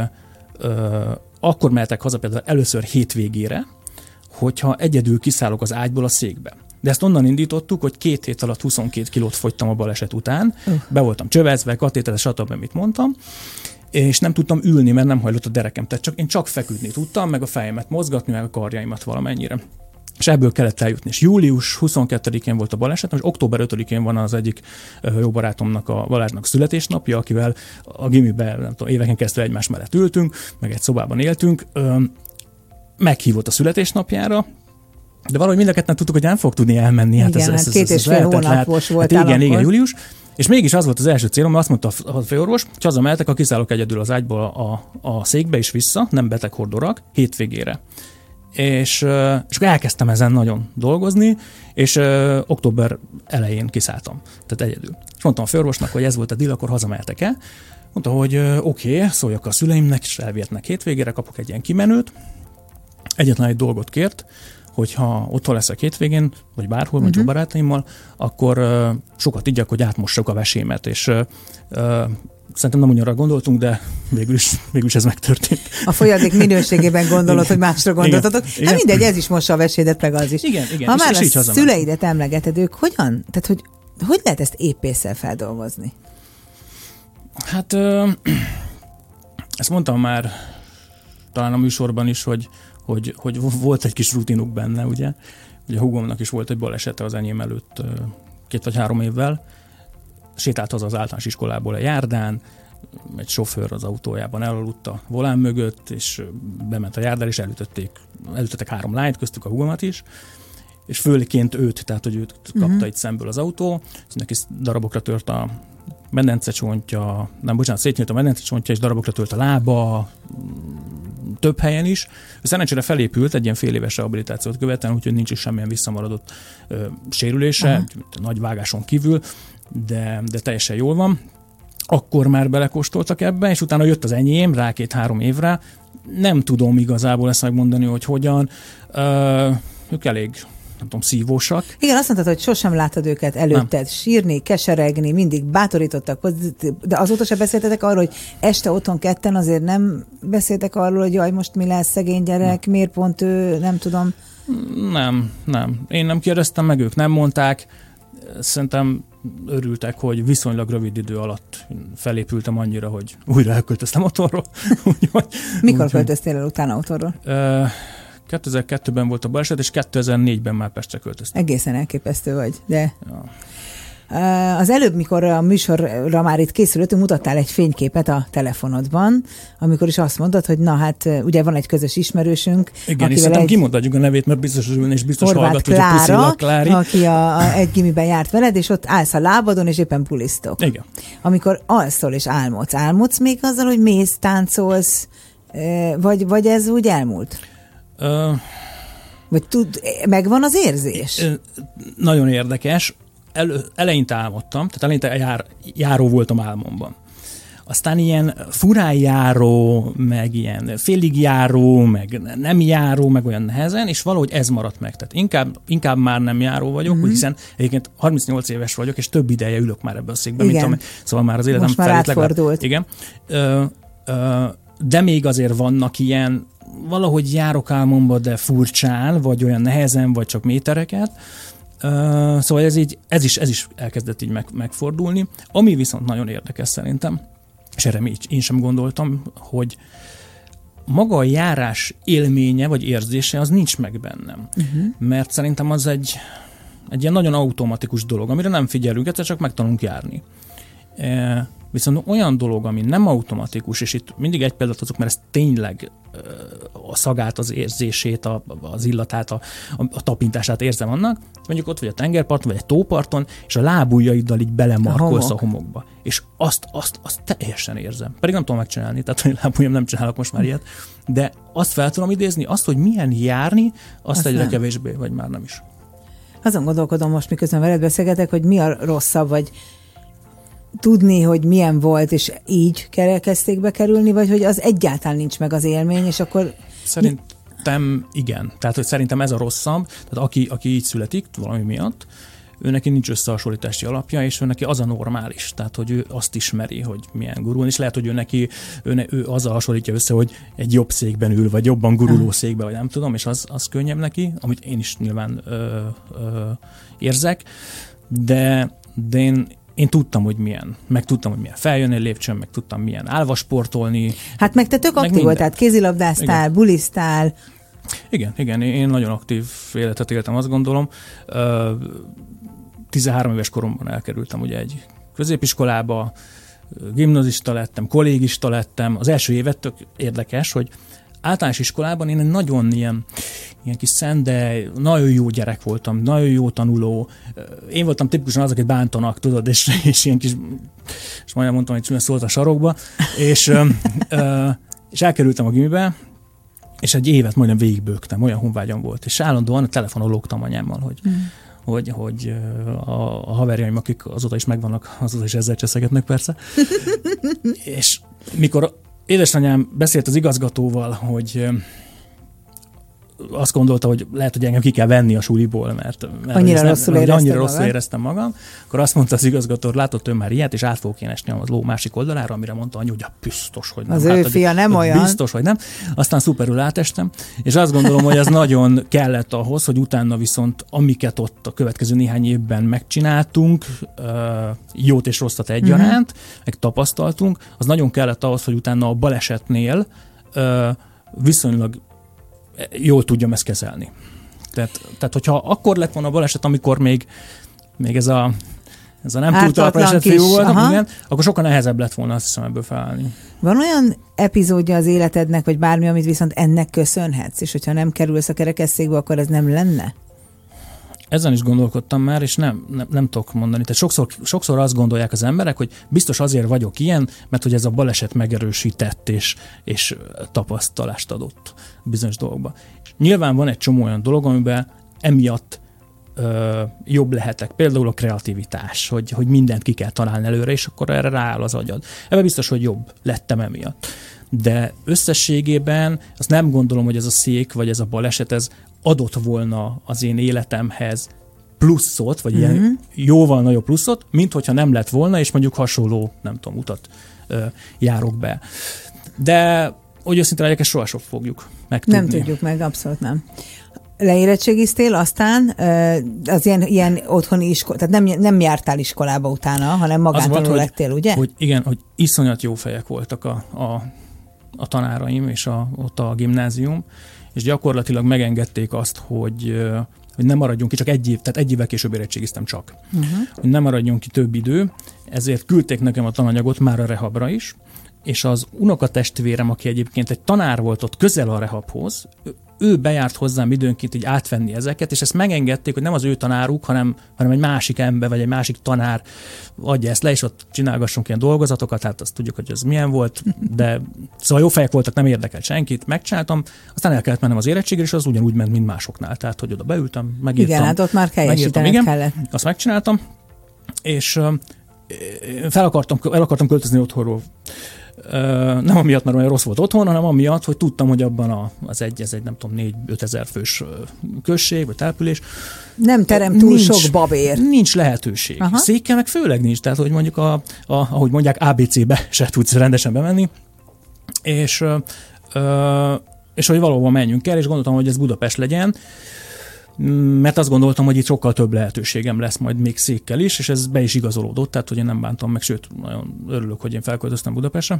[SPEAKER 3] ö, akkor mehetek haza például először hétvégére, hogyha egyedül kiszállok az ágyból a székbe. De ezt onnan indítottuk, hogy két hét alatt huszonkét kilót fogytam a baleset után, uh. be voltam csövezve, katéterezve, stb., amit mondtam, és nem tudtam ülni, mert nem hajlott a derekem. Tehát csak, én csak feküdni tudtam, meg a fejemet mozgatni, meg a karjaimat valamennyire. És ebből kellett eljutni. És július huszonkettedikén volt a baleset, és október ötödikén van az egyik jó barátomnak, a Balázsnak születésnapja, akivel a gimiben, nem tudom, éveken keresztül egymás mellett ültünk, meg egy szobában éltünk. Meghívott a születésnapjára, de valahogy mind a ketten tudtuk, hogy nem fog tudni elmenni. Hát
[SPEAKER 2] igen,
[SPEAKER 3] ez,
[SPEAKER 2] hát
[SPEAKER 3] ez,
[SPEAKER 2] két
[SPEAKER 3] ez,
[SPEAKER 2] és fél hónapos volt.
[SPEAKER 3] Hát igen, igen, július. És mégis az volt az első célom, mert azt mondta a főorvos, hogy hazamehetek, ha kiszállok egyedül az ágyból a, a székbe és vissza, nem beteghordorak, hétvégére. És, és akkor elkezdtem ezen nagyon dolgozni, és ö, október elején kiszálltam, tehát egyedül. És mondtam a főorvosnak, hogy ez volt a deal, akkor hazamehetek el. Mondta, hogy oké, okay, szóljak a szüleimnek, és elvihetnek hétvégére, kapok egy ilyen kimenőt. Egyetlen egy dolgot kért, hogyha otthon leszek hétvégén, vagy bárhol, vagy
[SPEAKER 2] uh-huh.
[SPEAKER 3] uh-huh. barátaimmal, akkor uh, sokat igyak, hogy átmossuk a vesémet, és uh, uh, szerintem nem ugyanarra gondoltunk, de végül is, végül is ez megtörtént.
[SPEAKER 2] A folyadék minőségében gondolod, igen. hogy másra gondoltatok.
[SPEAKER 3] Igen.
[SPEAKER 2] Hát mindegy, ez is mossa a vesédet, meg az is.
[SPEAKER 3] Igen, igen.
[SPEAKER 2] Ha
[SPEAKER 3] és,
[SPEAKER 2] már
[SPEAKER 3] és
[SPEAKER 2] a
[SPEAKER 3] így
[SPEAKER 2] szüleidet emlegeted, ők hogyan? Tehát, hogy, hogy lehet ezt épésszel feldolgozni?
[SPEAKER 3] Hát uh, ezt mondtam már talán a műsorban is, hogy, hogy, hogy volt egy kis rutinuk benne, ugye? Ugye a húgomnak is volt egy balesete az enyém előtt uh, két vagy három évvel. Sétált haza az általános iskolából a járdán, egy sofőr az autójában elaludt a volán mögött, és bement a járdán, és elütötték, elütöttek három lányt, köztük a húgomat is, és főként őt, tehát hogy őt kapta uh-huh. itt szemből az autó, és neki darabokra tört a medencecsontja, nem, bocsánat, szétnyílt a medencecsontja, és darabokra tört a lába, több helyen is. Szerencsére felépült egy ilyen fél éves rehabilitációt követően, úgyhogy nincs is semmilyen visszamaradott ö, sérülése, uh-huh. nagy vágáson kívül, de, de teljesen jól van. Akkor már belekóstoltak ebbe, és utána jött az enyém rá két-három évre. Nem tudom igazából ezt megmondani, hogy hogyan. Ö, ők elég, nem tudom, szívósak.
[SPEAKER 2] Igen, azt mondtad, hogy sosem láttad őket előtted nem. sírni, keseregni, mindig bátorítottak, de azóta sem beszéltetek arról, hogy este otthon ketten azért nem beszéltek arról, hogy jaj, most mi lesz, szegény gyerek, nem. miért pont ő, nem tudom.
[SPEAKER 3] Nem, nem. Én nem kérdeztem meg, ők nem mondták. Szerintem örültek, hogy viszonylag rövid idő alatt felépültem annyira, hogy újra elköltöztem otthonról.
[SPEAKER 2] Mikor úgy, költöztél el utána otthonról?
[SPEAKER 3] kétezer-kettőben volt a baleset, és kétezer-négyben már Pestre költöztem.
[SPEAKER 2] Egészen elképesztő vagy, de... Ja. Az előbb, mikor a műsorra már itt készülöttünk, mutattál egy fényképet a telefonodban, amikor is azt mondtad, hogy na hát, ugye van egy közös ismerősünk.
[SPEAKER 3] Igen, és szerintem egy... kimondhatjuk a nevét, mert biztos ülni, és biztos hallgat, hogy a Puszilla Klári.
[SPEAKER 2] Aki a, a, egy gimiben járt veled, és ott állsz a lábadon, és éppen pulisztok.
[SPEAKER 3] Igen.
[SPEAKER 2] Amikor alszol és álmodsz, álmodsz még azzal, hogy mész, táncolsz, vagy, vagy ez úgy elmúlt? Ö... Vagy tud, megvan az érzés?
[SPEAKER 3] Nagyon érdekes. El, eleinte álmodtam, tehát eleinte jár, járó voltam álmomban. Aztán ilyen furán járó, meg ilyen félig járó, meg nem járó, meg olyan nehezen, és valahogy ez maradt meg. Tehát inkább, inkább már nem járó vagyok, mm-hmm. hiszen egyébként harmincnyolc éves vagyok, és több ideje ülök már ebben a székben, mint amely, szóval már az életem
[SPEAKER 2] most már átfordult.
[SPEAKER 3] Igen. Ö, ö, de még azért vannak ilyen, valahogy járok álmomba, de furcsán, vagy olyan nehezen, vagy csak métereket. Uh, szóval ez, így, ez, is, ez is elkezdett így meg, megfordulni. Ami viszont nagyon érdekes szerintem, és erre még én sem gondoltam, hogy maga a járás élménye vagy érzése az nincs meg bennem. Uh-huh. Mert szerintem az egy, egy ilyen nagyon automatikus dolog, amire nem figyelünk, egyszer csak megtanulunk járni. Uh, viszont olyan dolog, ami nem automatikus, és itt mindig egy példát hozok, mert ez tényleg a szagát, az érzését, a, az illatát, a, a tapintását érzem annak, mondjuk ott vagy a tengerparton, vagy egy tóparton, és a lábujjaiddal így belemarkolsz a, a homokba. És azt, azt, azt teljesen érzem. Pedig nem tudom megcsinálni, tehát hogy lábujjam nem csinálok most már ilyet, de azt fel tudom idézni, azt, hogy milyen járni, azt, azt egyre nem. kevésbé, vagy már nem is.
[SPEAKER 2] Azon gondolkodom most, miközben veled beszélgetek, hogy mi a rosszabb, vagy tudni, hogy milyen volt, és így kezdték bekerülni, vagy hogy az egyáltalán nincs meg az élmény, és akkor...
[SPEAKER 3] Szerintem igen. Tehát, hogy szerintem ez a rosszabb, tehát aki, aki így születik valami miatt, ő neki nincs összehasonlítási alapja, és ő neki az a normális. Tehát, hogy ő azt ismeri, hogy milyen gurulni, és lehet, hogy ő neki ő, ő azzal hasonlítja össze, hogy egy jobb székben ül, vagy jobban guruló székben, vagy nem tudom, és az, az könnyebb neki, amit én is nyilván ö, ö, érzek, de, de én Én tudtam, hogy milyen. Meg tudtam, hogy milyen feljönni lépcsőn, meg tudtam, milyen állva sportolni.
[SPEAKER 2] Hát meg te tök aktív voltál, kézilabdáztál, igen. bulisztál.
[SPEAKER 3] Igen, igen, én nagyon aktív életet éltem, azt gondolom. tizenhárom éves koromban elkerültem ugye egy középiskolába, gimnazista lettem, kollégista lettem. Az első évet tök érdekes, hogy általános iskolában én egy nagyon ilyen, ilyen kis szende, nagyon jó gyerek voltam, nagyon jó tanuló. Én voltam tipikusan az, akit bántanak, tudod, és, és ilyen kis, és majdnem mondtam, hogy csúnya szólt a sarokba, és, és elkerültem a gimibe, és egy évet majdnem végigbőgtem, olyan honvágyam volt, és állandóan a telefonon lógtam anyámmal, hogy, mm. hogy, hogy a, a haverjaim, akik azóta is megvannak, azóta is ezzel cseszegetnek persze. És mikor édesanyám beszélt az igazgatóval, hogy azt gondolta, hogy lehet, hogy engem ki kell venni a suliból, mert, mert
[SPEAKER 2] annyira,
[SPEAKER 3] nem,
[SPEAKER 2] rosszul,
[SPEAKER 3] mert annyira
[SPEAKER 2] magad.
[SPEAKER 3] rosszul éreztem magam. Akkor azt mondta az igazgató, látott ő már ilyet, és át fogok én esni a ló másik oldalára, amire mondta anyu, hogy ja, biztos, hogy nem.
[SPEAKER 2] Az
[SPEAKER 3] hát,
[SPEAKER 2] ő fia nem olyan.
[SPEAKER 3] Biztos, hogy nem. Aztán szuperül átestem, és azt gondolom, hogy ez nagyon kellett ahhoz, hogy utána viszont amiket ott a következő néhány évben megcsináltunk, jót és rosszat egyaránt, mm-hmm. meg tapasztaltunk, az nagyon kellett ahhoz, hogy utána a balesetnél viszonylag jól tudjam ezt kezelni. Tehát, tehát hogyha akkor lett volna a baleset, amikor még, még ez a, ez a nem túl talpra esett fiú volt, igen, akkor sokkal nehezebb lett volna, azt hiszem, ebből felállni.
[SPEAKER 2] Van olyan epizódja az életednek, vagy bármi, amit viszont ennek köszönhetsz, és hogyha nem kerülsz a kerekesszékbe, akkor ez nem lenne?
[SPEAKER 3] Ezen is gondolkodtam már, és nem, nem, nem tudok mondani. Tehát sokszor, sokszor azt gondolják az emberek, hogy biztos azért vagyok ilyen, mert hogy ez a baleset megerősített és, és tapasztalást adott bizonyos dolgokban. És nyilván van egy csomó olyan dolog, amiben emiatt ö, jobb lehetek. Például a kreativitás, hogy, hogy mindent ki kell találni előre, és akkor erre rááll az agyad. Ebben biztos, hogy jobb lettem emiatt. De összességében azt nem gondolom, hogy ez a szék, vagy ez a baleset, ez adott volna az én életemhez pluszot, vagy mm-hmm. ilyen jóval nagyobb pluszot, mint hogyha nem lett volna, és mondjuk hasonló, nem tudom, utat ö, járok be. De, hogy őszintén legyek, ezt sohasem fogjuk megtudni.
[SPEAKER 2] Nem tudjuk meg, abszolút nem. Leérettségiztél, aztán az ilyen, ilyen otthoni iskola, tehát nem, nem jártál iskolába utána, hanem magántanuló lettél, ugye?
[SPEAKER 3] Hogy igen, hogy iszonyat jó fejek voltak a, a, a tanáraim, és a, ott a gimnázium, és gyakorlatilag megengedték azt, hogy, hogy nem maradjunk ki, csak egy év, tehát egy évvel később érettségiztem csak. Uh-huh. Hogy nem maradjunk ki több idő, ezért küldték nekem a tananyagot már a rehabra is, és az unokatestvérem, aki egyébként egy tanár volt ott közel a rehabhoz, ő bejárt hozzám időnként így átvenni ezeket, és ezt megengedték, hogy nem az ő tanáruk, hanem, hanem egy másik ember, vagy egy másik tanár adja ezt le, és ott csinálgassunk ilyen dolgozatokat, hát azt tudjuk, hogy ez milyen volt, de szóval jó fejek voltak, nem érdekelt senkit, megcsináltam, aztán el kellett mennem az érettségre, és az ugyanúgy ment, mint másoknál, tehát hogy oda beültem, megírtam.
[SPEAKER 2] Igen, hát ott már teljesítened kellett.
[SPEAKER 3] Azt megcsináltam, és uh, fel akartam, el akartam költözni otthonról. Uh, nem amiatt, mert olyan rossz volt otthon, hanem amiatt, hogy tudtam, hogy abban a, az egy, ez egy nem tudom, négy-öt ezer fős község, vagy település.
[SPEAKER 2] Nem terem túl nincs, sok babér.
[SPEAKER 3] Nincs lehetőség. Aha. Székkel meg főleg nincs, tehát hogy mondjuk, a, a, ahogy mondják, á bé cé-be se tudsz rendesen bemenni, és, uh, és hogy valóban menjünk el, és gondoltam, hogy ez Budapest legyen, mert azt gondoltam, hogy itt sokkal több lehetőségem lesz majd még székkel is, és ez be is igazolódott, tehát hogy én nem bántam meg, sőt, nagyon örülök, hogy én felköltöztem Budapestre.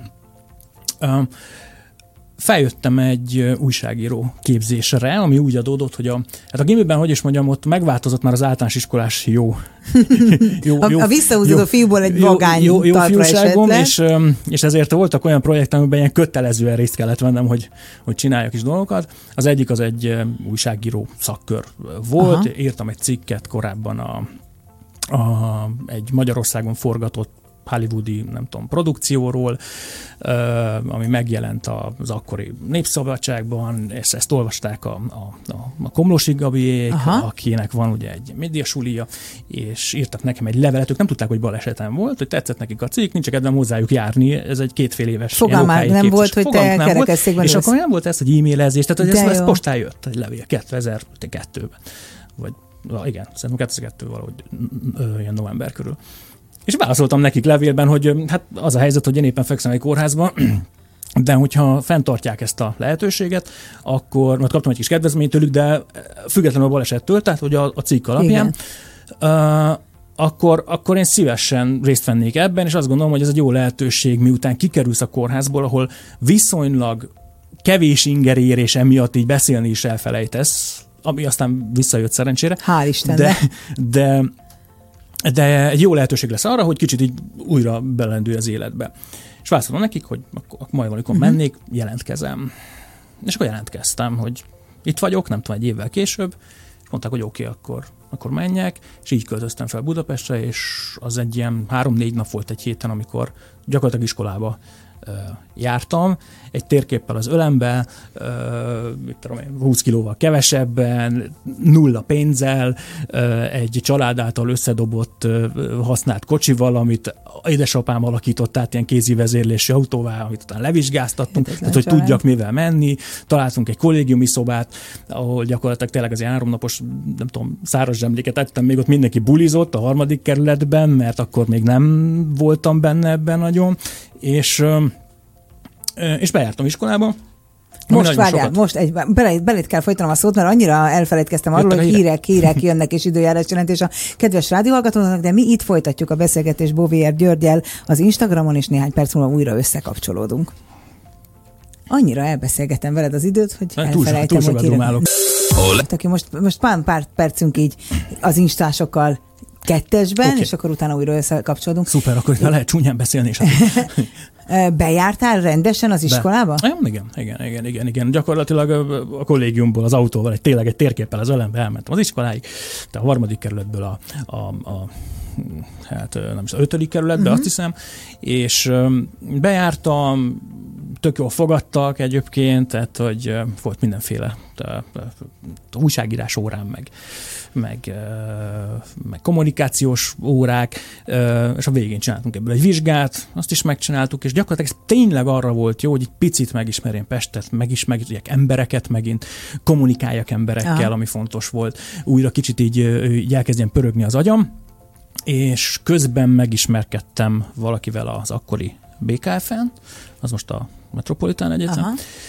[SPEAKER 3] Feljöttem egy újságíró képzésre, ami úgy adódott, hogy a, hát a gimiben, hogy is mondjam, ott megváltozott már az általános iskolás jó. jó,
[SPEAKER 2] a,
[SPEAKER 3] jó
[SPEAKER 2] a visszahúzódó fiúból egy vagány
[SPEAKER 3] jó, jó, jó
[SPEAKER 2] talpra
[SPEAKER 3] és, és ezért voltak olyan projektek, amiben ilyen kötelezően részt kellett vennem, hogy, hogy csináljak is dolgokat. Az egyik az egy újságíró szakkör volt, aha. Írtam egy cikket korábban a, a, egy Magyarországon forgatott hollywoodi, nem tudom, produkcióról, ami megjelent az akkori Népszabadságban, ezt, ezt olvasták a, a, a Komlósi Gabiék, aha. akinek van ugye egy médiasulia, és írtak nekem egy levelet, ők nem tudták, hogy balesetem volt, hogy tetszett nekik a cikk, nincs kedvem hozzájuk járni, ez egy kétfél éves.
[SPEAKER 2] Fogalmam nem képzés. Volt, hogy te kerekesszékben
[SPEAKER 3] és akkor nem volt ez, hogy e-mailezés, tehát hogy ez, ez postán jött, egy levél kétezer-kettőben. Vagy igen, szerintem kétezer-kettő valahogy ilyen november körül. És válaszoltam nekik levélben, hogy hát az a helyzet, hogy én éppen fekszem egy kórházban, de hogyha fenntartják ezt a lehetőséget, akkor, mert kaptam egy kis kedvezményt tőlük, de függetlenül a balesettől, tehát hogy a, a cikk alapján, uh, akkor, akkor én szívesen részt vennék ebben, és azt gondolom, hogy ez egy jó lehetőség, miután kikerülsz a kórházból, ahol viszonylag kevés inger ér, és emiatt így beszélni is elfelejtesz, ami aztán visszajött szerencsére.
[SPEAKER 2] Hál' Istennek.
[SPEAKER 3] De, de De egy jó lehetőség lesz arra, hogy kicsit így újra belendülj az életbe. És válaszolom nekik, hogy akkor majd valamikor uh-huh. mennék, jelentkezem. És akkor jelentkeztem, hogy itt vagyok, nem tudom, egy évvel később, és mondták, hogy oké, okay, akkor, akkor menjek, és így költöztem fel Budapestre, és az egy ilyen három-négy nap volt egy héten, amikor gyakorlatilag iskolába jártam, egy térképpel az ölembe, mit tudom én, húsz kilóval kevesebben, nulla pénzzel, egy család által összedobott használt kocsival, amit édesapám alakított át ilyen kézi vezérlési autóvá, amit utána levizsgáztattunk, tehát hogy család. Tudjak mivel menni. Találtunk egy kollégiumi szobát, ahol gyakorlatilag tényleg az ilyen háromnapos, nem tudom, száraz zsemléket ettem, még ott mindenki bulizott a harmadik kerületben, mert akkor még nem voltam benne ebben nagyon, és és bejártam iskolába.
[SPEAKER 2] Most várjál, sokat... most egy, belét, belét kell folytanom a szót, mert annyira elfelejtkeztem arról, hogy hírek, hírek jönnek és időjárás jelentés a kedves rádióhallgatóknak, de mi itt folytatjuk a beszélgetést Bóvér Györggyel az Instagramon, és néhány perc múlva újra összekapcsolódunk. Annyira elbeszélgetem veled az időt, hogy
[SPEAKER 3] hát
[SPEAKER 2] elfelejtem,
[SPEAKER 3] túl, túl
[SPEAKER 2] hogy hírek. Aki most, most pár, pár percünk így az instásokkal kettesben, okay. És akkor utána újra összekapcsolódunk.
[SPEAKER 3] Szuper, akkor lehet csúnyán beszélni is.
[SPEAKER 2] Bejártál rendesen az iskolába?
[SPEAKER 3] Be. Igen, igen, igen, igen, igen. Gyakorlatilag a kollégiumból, az autóval, egy, tényleg egy térképpel az ölembe elmentem az iskoláig, de a harmadik kerületből a, a, a hát nem is, az ötödik kerületbe, uh-huh. azt hiszem, és bejártam, tök jól fogadtak egyébként, tehát hogy volt mindenféle újságírás órán, meg, meg, meg kommunikációs órák, és a végén csináltunk ebből egy vizsgát, azt is megcsináltuk, és gyakorlatilag ez tényleg arra volt jó, hogy egy picit megismerjem Pestet, megismerjek embereket megint, kommunikáljak emberekkel, aha. ami fontos volt. Újra kicsit így, így elkezdjen pörögni az agyam, és közben megismerkedtem valakivel az akkori bé ká ef-en, az most a Metropolitán Egyetem,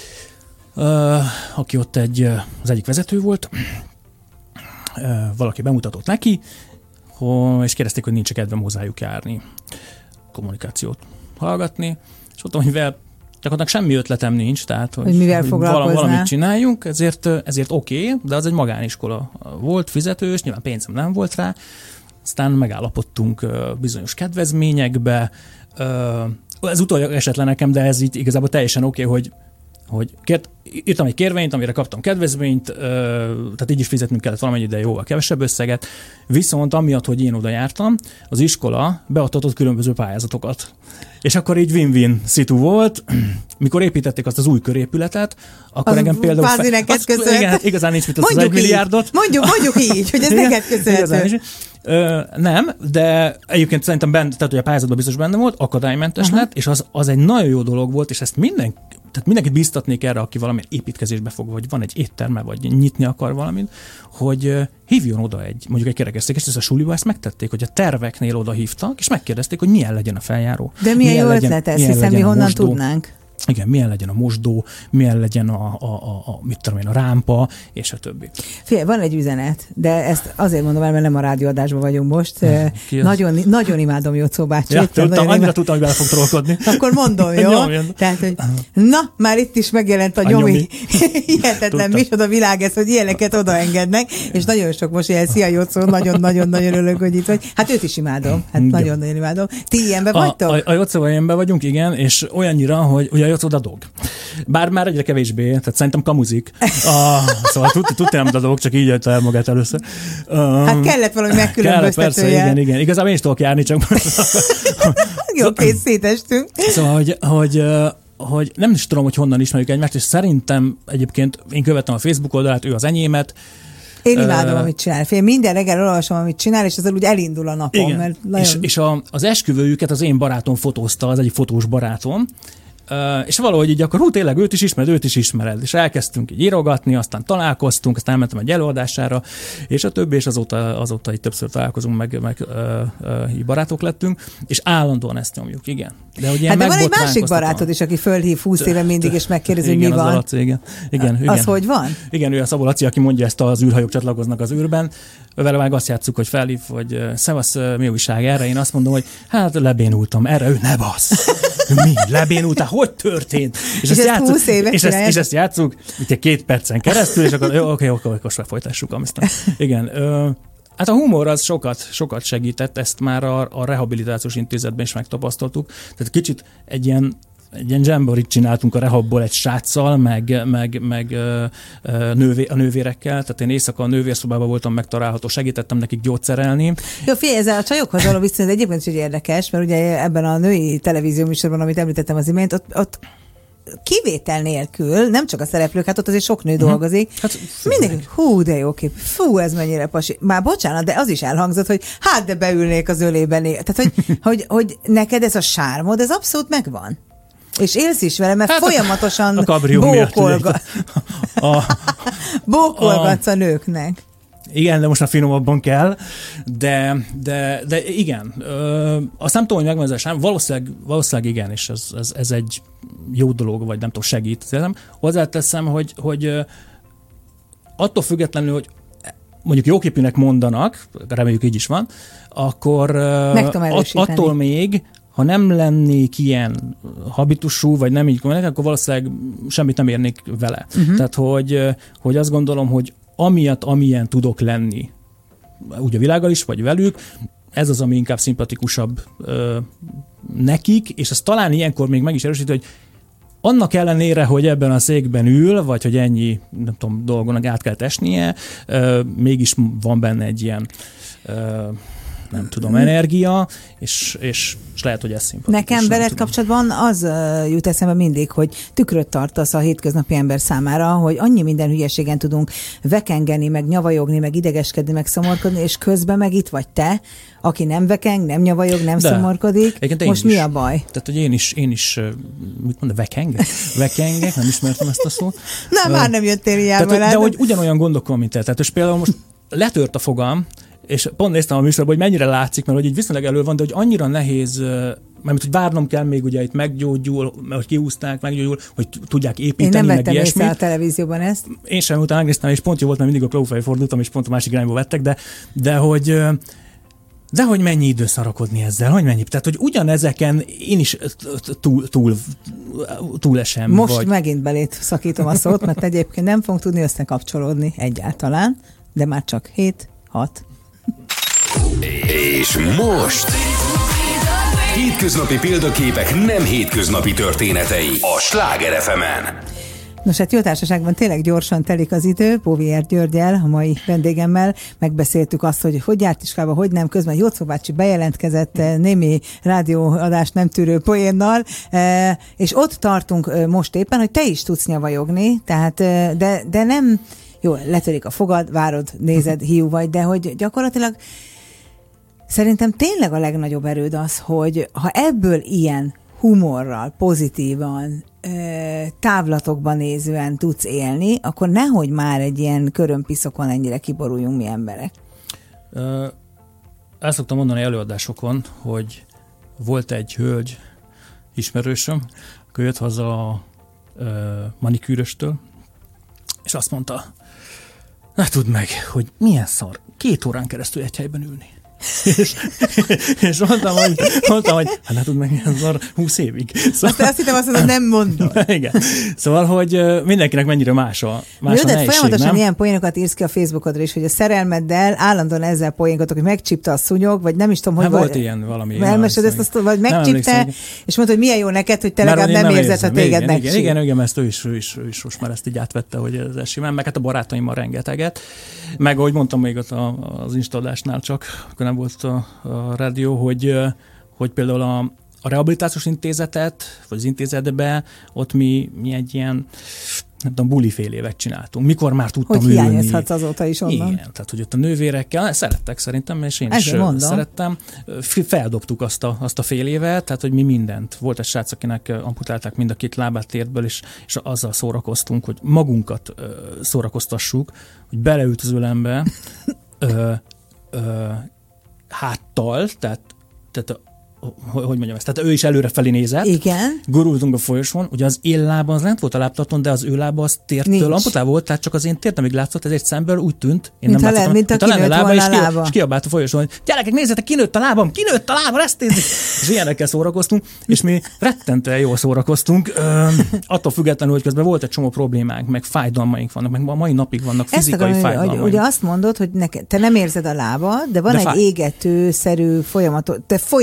[SPEAKER 3] uh, aki ott egy, az egyik vezető volt, uh, valaki bemutatott neki, hogy, és kérdezték, hogy nincs kedvem hozzájuk járni, kommunikációt hallgatni, és mondtam, hogy mivel gyakorlatilag semmi ötletem nincs, tehát hogy,
[SPEAKER 2] hogy mivel foglalkoznál.
[SPEAKER 3] Valamit csináljunk, ezért, ezért oké, okay, de az egy magániskola volt, fizetős, nyilván pénzem nem volt rá, aztán megállapodtunk bizonyos kedvezményekbe. Ez utolsó esetlen nekem, de ez így igazából teljesen oké, okay, hogy, hogy kért, írtam egy kérvényt, amire kaptam kedvezményt, tehát így is fizetnünk kellett valamennyi, de jóval kevesebb összeget, viszont amiatt, hogy én oda jártam, az iskola beadhatott különböző pályázatokat. És akkor így win-win szitu volt, mikor építették azt az új körépületet, akkor
[SPEAKER 2] az
[SPEAKER 3] engem például...
[SPEAKER 2] Kvázi neked köszönhető.
[SPEAKER 3] Igen, hát igazán nincs mit az, az egy milliárdot.
[SPEAKER 2] Mondjuk, mondjuk így, hogy ez neked köszönhető.
[SPEAKER 3] Ö, nem, de egyébként szerintem benne, tehát hogy a pályázatban biztos benne volt, akadálymentes uh-huh. lett, és az, az egy nagyon jó dolog volt, és ezt minden, tehát mindenkit biztatnék erre, aki valamilyen építkezésbe fog, vagy van egy étterme, vagy nyitni akar valamit, hogy hívjon oda egy, mondjuk egy kerekesszékest, és ezt a suliba ezt megtették, hogy a terveknél oda hívtak, és megkérdezték, hogy milyen legyen a feljáró.
[SPEAKER 2] De milyen, milyen jó ötlet ez, hiszen mi honnan mosdó. Tudnánk.
[SPEAKER 3] Igen, milyen legyen a mosdó, milyen legyen a, a, a, a, mit tudom én, a rámpa, és a többi.
[SPEAKER 2] Figyelj, van egy üzenet, de ezt azért mondom el, mert nem a rádióadásban vagyunk most. Nagyon, nagyon imádom Jocó bácsit.
[SPEAKER 3] Ja, tudtam, annyira imád... tudtam, hogy bele fog trollkodni.
[SPEAKER 2] Akkor mondom, jó? Tehát, hogy na, már itt is megjelent a, a nyomi. nyomi. Hihetetlen, micsoda világ ez, hogy ilyeneket odaengednek, és nagyon sok most ilyen, szia Jocó, nagyon-nagyon-nagyon örülök, hogy itt vagy. Hát őt is imádom, hát nagyon-nagyon imádom. Ti ilyenben vagytok?
[SPEAKER 3] A, a, a Jocóval ilyenben vagyunk, igen, és olyannyira, hogy ugye a Jocó dadog. Bár már egyre kevésbé, tehát szerintem kamuzik. A, szóval tudtam, nem dadog, csak így jött el magát először. Um,
[SPEAKER 2] hát kellett valami megkülönböztetője.
[SPEAKER 3] Persze, igen, igen. Igazából én is tudok járni, csak...
[SPEAKER 2] Jó, kész, szétestünk.
[SPEAKER 3] Szóval, hogy, hogy, hogy nem is tudom, hogy honnan ismerjük egymást, és szerintem egyébként én követtem a Facebook oldalát, ő az enyémet.
[SPEAKER 2] Én imádom, uh, amit csinál. Fél minden reggel olvasom, amit csinál, és ezzel úgy elindul a napom.
[SPEAKER 3] Igen.
[SPEAKER 2] Mert nagyon...
[SPEAKER 3] És, és a, az esküvőjüket az én barátom fotózta, az egyik fotós barátom, Uh, és valahogy így akkor hú, tényleg őt is ismered, őt is ismered, és elkezdtünk így írogatni, aztán találkoztunk, aztán elmentem egy előadására, és a többi, és azóta, azóta így többször találkozunk, meg, meg uh, uh, barátok lettünk, és állandóan ezt nyomjuk, igen.
[SPEAKER 2] De, hogy hát de van egy másik barátod is, aki fölhív húsz éve mindig, és megkérdezi, hogy mi van.
[SPEAKER 3] Az Laci, igen. Igen, igen.
[SPEAKER 2] Az hogy van?
[SPEAKER 3] Igen, ő a Szabó Laci, aki mondja ezt, az űrhajók csatlakoznak az űrben. Vele meg azt játsszuk, hogy felhív, hogy szevasz, mi újság erre? Én azt mondom, hogy hát lebénultam. Erre ő ne bassz. Mi? Lebénultál? Hogy történt?
[SPEAKER 2] És, és, ezt, játszuk, húsz éve
[SPEAKER 3] és, ezt, és ezt játszuk itt két percen keresztül, és akkor jó, oké, oké, most folytassuk. Aztán. Igen. Ö, hát a humor az sokat, sokat segített, ezt már a, a rehabilitációs intézetben is megtapasztaltuk. Tehát kicsit egy ilyen egy ilyen jamborit csináltunk a rehabból egy sráccal, meg, meg, meg ö, ö, nővé, a nővérekkel, tehát én éjszaka a nővérszobában voltam megtalálható, segítettem nekik gyógyszerelni.
[SPEAKER 2] Jó, figyelj, ezzel a csajokhoz való viszont egyébként is érdekes, mert ugye ebben a női televízió műsorban, amit említettem az imént, ott, ott kivétel nélkül, nem csak a szereplők, hát ott azért sok nő uh-huh. dolgozik. Hát, mindenki, hú, de jó kép, fú, ez mennyire pasi. Már bocsánat, de az is elhangzott, hogy hát de beülnék az ölében. Tehát, hogy, hogy, hogy neked ez a sármod, ez abszolút megvan. És élsz is vele, mert hát folyamatosan bókolga... a, bókolgatsz a, a nőknek.
[SPEAKER 3] Igen, de most már finomabban kell, de, de, de igen. Ö, azt nem tudom, hogy megvan ez a valószínűleg, valószínűleg igen, és ez, ez, ez egy jó dolog, vagy nem tudom, segít. Hozzáteszem, hogy, hogy attól függetlenül, hogy mondjuk jóképűnek mondanak, reméljük így is van, akkor att, attól még, ha nem lennék ilyen habitusú, vagy nem így mondanak, akkor valószínűleg semmit nem érnék vele. Uh-huh. Tehát, hogy, hogy azt gondolom, hogy amiatt, amilyen tudok lenni, úgy a világgal is, vagy velük, ez az, ami inkább szimpatikusabb ö, nekik, és ez talán ilyenkor még meg is erősíti, hogy annak ellenére, hogy ebben a székben ül, vagy hogy ennyi, nem tudom, dolgonak át kell esnie, ö, mégis van benne egy ilyen ö, nem tudom, energia, és, és, és lehet, hogy ez szimpatikus.
[SPEAKER 2] Nekem veled kapcsolatban az uh, jut eszembe mindig, hogy tükröt tartasz a hétköznapi ember számára, hogy annyi minden hülyeségen tudunk vekengeni, meg nyavajogni, meg idegeskedni, meg szomorkodni, és közben meg itt vagy te, aki nem vekeng, nem nyavajog, nem De. szomorkodik. Most mi a baj?
[SPEAKER 3] Tehát, hogy én is, én is mit mondom, vekengek? Vekengek, nem ismertem ezt a szót.
[SPEAKER 2] Na, uh, már nem jöttél ilyen.
[SPEAKER 3] Tehát, de hogy ugyanolyan gondolkodom, mint te. Tehát, és például most letört a fogam, és pont néztem a műsorban, hogy mennyire látszik, mert hogy így viszonylag elő van, de hogy annyira nehéz, mert hogy várnom kell még, ugye itt meggyógyul, mert hogy kiúzták, meggyógyul, hogy tudják építeni,
[SPEAKER 2] meg ilyesmit. Én nem
[SPEAKER 3] vettem
[SPEAKER 2] észre a televízióban ezt.
[SPEAKER 3] Én sem utána megnéztem, és pont jó volt, mert mindig a klófej fordultam, és pont a másik irányba vettek, de, de hogy... De hogy mennyi idő szarakodni ezzel, hogy mennyi? Tehát, hogy ugyanezeken én is túl, túl, túlesem.
[SPEAKER 2] Most
[SPEAKER 3] vagy...
[SPEAKER 2] megint belét szakítom a szót, mert egyébként nem fogunk tudni összekapcsolódni egyáltalán, de már csak hét, hat.
[SPEAKER 1] És most hétköznapi példaképek nem hétköznapi történetei a Sláger ef emen.
[SPEAKER 2] Nos, hát jó társaságban tényleg gyorsan telik az idő. Póviér Györggyel, a mai vendégemmel megbeszéltük azt, hogy hogy járt iskolába, hogy nem. Közben Jocó bácsi bejelentkezett némi rádióadást nem tűrő poénnal, és ott tartunk most éppen, hogy te is tudsz nyavajogni, tehát, de, de nem... Jó, letörik a fogad, várod, nézed, hiú vagy, de hogy gyakorlatilag szerintem tényleg a legnagyobb erőd az, hogy ha ebből ilyen humorral, pozitívan, távlatokban nézően tudsz élni, akkor nehogy már egy ilyen körömpiszokon ennyire kiboruljunk mi emberek.
[SPEAKER 3] El szoktam mondani előadásokon, hogy volt egy hölgy ismerősöm, akkor jött haza a manikűröstől, és azt mondta, ne tudd meg, hogy milyen szar két órán keresztül egy helyben ülni. és, és mondtam, hogy, mondtam, hogy hát ne tudd meg, milyen szar húsz évig.
[SPEAKER 2] Szóval... Azt, azt hittem azt mondod, nem mondod.
[SPEAKER 3] Igen. Szóval, hogy mindenkinek mennyire más a, más
[SPEAKER 2] Jó,
[SPEAKER 3] a
[SPEAKER 2] de
[SPEAKER 3] nehézség,
[SPEAKER 2] folyamatosan
[SPEAKER 3] nem?
[SPEAKER 2] ilyen poénokat írsz ki a Facebookodra is, hogy a szerelmeddel állandóan ezzel poénkodok, hogy megcsípte a szúnyog, vagy nem is tudom, hogy...
[SPEAKER 3] Hát volt ilyen valami.
[SPEAKER 2] Elmesed ezt, vagy megcsípte, és mondta, hogy milyen jó neked, hogy te legalább nem, nem érzed, ha téged
[SPEAKER 3] megcsíp.
[SPEAKER 2] Igen,
[SPEAKER 3] igen, igen, ezt ő is, ő, is, ő is most már ezt így átvette, hogy ez simán, meg hát a barátaimmal rengeteget. Meg ahogy mondtam még ott az installásnál csak, akkor nem volt a, a rádió, hogy, hogy például a, a rehabilitációs intézetet, vagy az intézetbe, ott mi, mi egy ilyen, nem tudom, buli fél évet csináltunk. Mikor már tudtam
[SPEAKER 2] hogy
[SPEAKER 3] ülni.
[SPEAKER 2] Hogy hiányozhatsz azóta is onnan.
[SPEAKER 3] Igen, tehát hogy ott a nővérekkel, szerettek szerintem, és én
[SPEAKER 2] Ezzel
[SPEAKER 3] is
[SPEAKER 2] mondom.
[SPEAKER 3] szerettem. Feldobtuk azt a, azt a fél évet, tehát hogy mi mindent. Volt egy srác, akinek amputálták mind a két lábát térdből, és, és azzal szórakoztunk, hogy magunkat ö, szórakoztassuk, hogy beleült az ölembe ö, ö, háttal, tehát, tehát hogy mondjam ezt, tehát ő is előre felé nézett.
[SPEAKER 2] Igen.
[SPEAKER 3] Gurultunk a folyosón, ugye az én lábam az lent volt a lábtartón, de az ő lába az tértől amputálva volt, tehát csak az én tértemig látszott, ezért szemből úgy tűnt, én
[SPEAKER 2] mint
[SPEAKER 3] nem
[SPEAKER 2] láttam, mint a kinőtt volna a lába.
[SPEAKER 3] És kiabált a folyosón, hogy gyerekek, nézzetek, kinőtt a lábam, kinőtt a lábam, ezt nézzük. És ilyenekkel szórakoztunk, és mi rettentően jól szórakoztunk, Ö, attól függetlenül, hogy közben volt egy csomó problémánk, meg fájdalmaink vannak, meg a mai napig vannak fizikai
[SPEAKER 2] ezt
[SPEAKER 3] fájdalmaink.
[SPEAKER 2] Ugye azt mondod, hogy neked, te nem érzed a lábad, de van de egy fáj... égető-szerű folyamatos, te folyamatos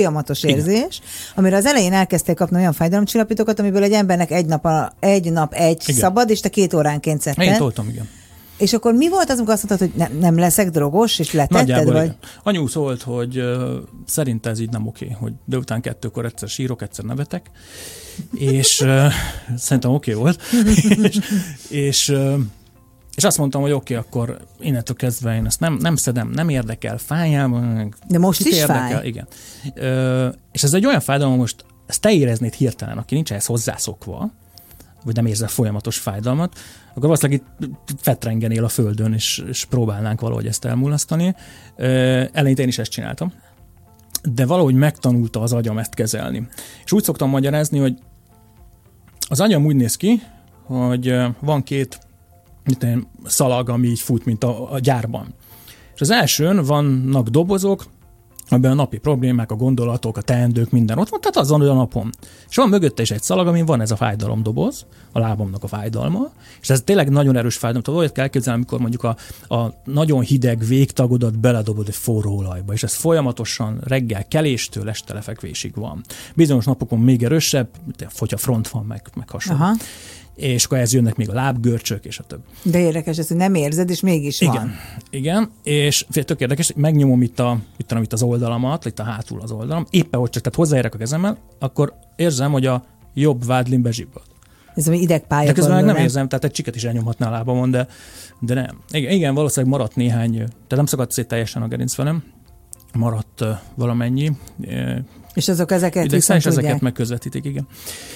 [SPEAKER 2] érzés, amire az elején elkezdték kapni olyan fájdalomcsillapítókat, amiből egy embernek egy nap, a, egy, nap egy igen. szabad, és te két óránként szedted.
[SPEAKER 3] Én toltam, igen.
[SPEAKER 2] És akkor mi volt az, amikor azt mondtad, hogy ne, nem leszek drogos, és letetted?
[SPEAKER 3] Nagyjából
[SPEAKER 2] vagy?
[SPEAKER 3] Igen. Anyu szólt, hogy uh, szerint ez így nem oké, hogy délután kettőkor egyszer sírok, egyszer nevetek, és uh, szerintem oké volt, és, és, uh, és azt mondtam, hogy oké, akkor innentől kezdve én ezt nem, nem szedem, nem érdekel, fájám.
[SPEAKER 2] De most is
[SPEAKER 3] érdekel,
[SPEAKER 2] fáj?
[SPEAKER 3] Igen. Uh, és ez egy olyan fájdalom, most ezt te éreznéd hirtelen, aki nincs ehhez hozzászokva, vagy nem érzel folyamatos fájdalmat, akkor valószínűleg itt fetrengenél a földön, és, és próbálnánk valahogy ezt elmulasztani. Eleinte én is ezt csináltam, de valahogy megtanulta az agyam ezt kezelni. És úgy szoktam magyarázni, hogy az agyam úgy néz ki, hogy van két én, szalag, ami így fut, mint a, a gyárban. És az elsőn vannak dobozok, amiben a napi problémák, a gondolatok, a teendők, minden ott van, tehát azon a napon. És van mögötte is egy szalag, amin van ez a fájdalomdoboz, a lábamnak a fájdalma, és ez tényleg nagyon erős fájdalom. Tehát olyat kell elképzelni, amikor mondjuk a, a nagyon hideg végtagodat beledobod egy forró olajba, és ez folyamatosan reggel keléstől este lefekvésig van. Bizonyos napokon még erősebb, hogyha front van, meg, meg hasonló. Aha. És akkor ez jönnek még a lábgörcsök, és a több.
[SPEAKER 2] De érdekes, ezt, hogy nem érzed, és mégis
[SPEAKER 3] igen,
[SPEAKER 2] van.
[SPEAKER 3] Igen, és tök érdekes, megnyomom itt, a, itt, itt az oldalamat, itt a hátul az oldalam, éppen hogy csak tehát hozzáérek a kezemmel, akkor érzem, hogy a jobb vádlim bezsibbad.
[SPEAKER 2] Ez ami idegpálya.
[SPEAKER 3] De közben meg nem érzem, tehát egy csiket is elnyomhatná a lábamon, de, de nem. Igen, igen, valószínűleg maradt néhány, tehát nem szakadt szét teljesen a gerincvelem, maradt uh, valamennyi. Uh,
[SPEAKER 2] és azok ezeket viszont
[SPEAKER 3] és ezeket megközvetítik, igen.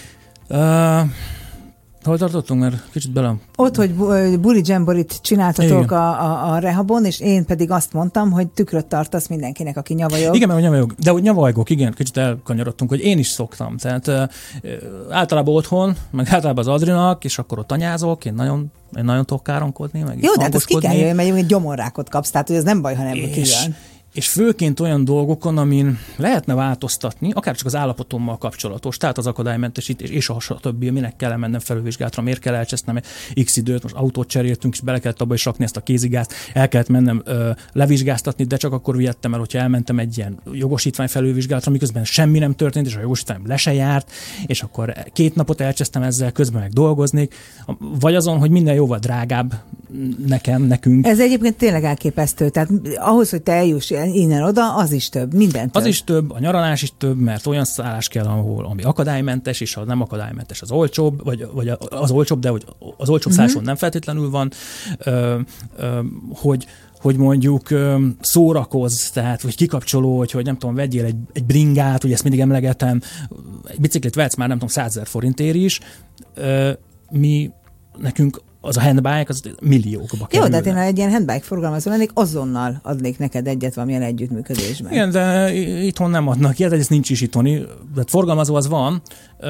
[SPEAKER 3] Uh, Hol tartottunk, mert kicsit bele...
[SPEAKER 2] Ott, hogy buli jamborit csináltatok a, a, a rehabon, és én pedig azt mondtam, hogy tükröt tartasz mindenkinek, aki nyavajog.
[SPEAKER 3] Igen, mert nyavajog. De hogy nyavajgok, igen, kicsit elkanyarodtunk, hogy én is szoktam. Tehát uh, általában otthon, meg általában az Adrinak, és akkor ott anyázok, én nagyon, én nagyon tudok káromkodni, meg
[SPEAKER 2] jó, de hát az ki kell jöjjön, mert gyomorrákot kapsz, tehát hogy ez nem baj, ha nem kijön.
[SPEAKER 3] És főként olyan dolgokon, amin lehetne változtatni, akár csak az állapotommal kapcsolatos, tehát az akadálymentesítés és a többi, minek kell mennem felülvizsgálatra, miért kell elcsesznem x időt, most autót cseréltünk, és bele kellett abba is rakni ezt a kézigázt, el kellett mennem ö, levizsgáztatni, de csak akkor vihettem el, hogyha elmentem egy ilyen jogosítvány felülvizsgálatra, miközben semmi nem történt, és a jogosítvány le se járt, és akkor két napot elcsesztem ezzel, közben meg dolgoznék, vagy azon, hogy minden jóval drágább nekem, nekünk.
[SPEAKER 2] Ez egyébként tényleg elképesztő, tehát ahhoz, hogy te eljuss innen-oda, az is több, minden több.
[SPEAKER 3] Az is több, a nyaralás is több, mert olyan szállás kell, ahol, ami akadálymentes, és ha nem akadálymentes, az olcsóbb, vagy, vagy az olcsóbb, de hogy az olcsóbb uh-huh. szálláson nem feltétlenül van, ö, ö, hogy hogy mondjuk szórakozz, tehát hogy kikapcsoló, hogy, hogy nem tudom, vegyél egy, egy bringát, ugye ezt mindig emlegetem, egy biciklit vehetsz már nem tudom százezer forintért is, ö, mi nekünk az a handbike, az milliókba kerül.
[SPEAKER 2] Jó, de hát én egy ilyen handbike forgalmazó lennék, azonnal adnék neked egyet valamilyen együttműködésben.
[SPEAKER 3] Igen, de itthon nem adnak ilyet, ez nincs is itthoni. De forgalmazó az van.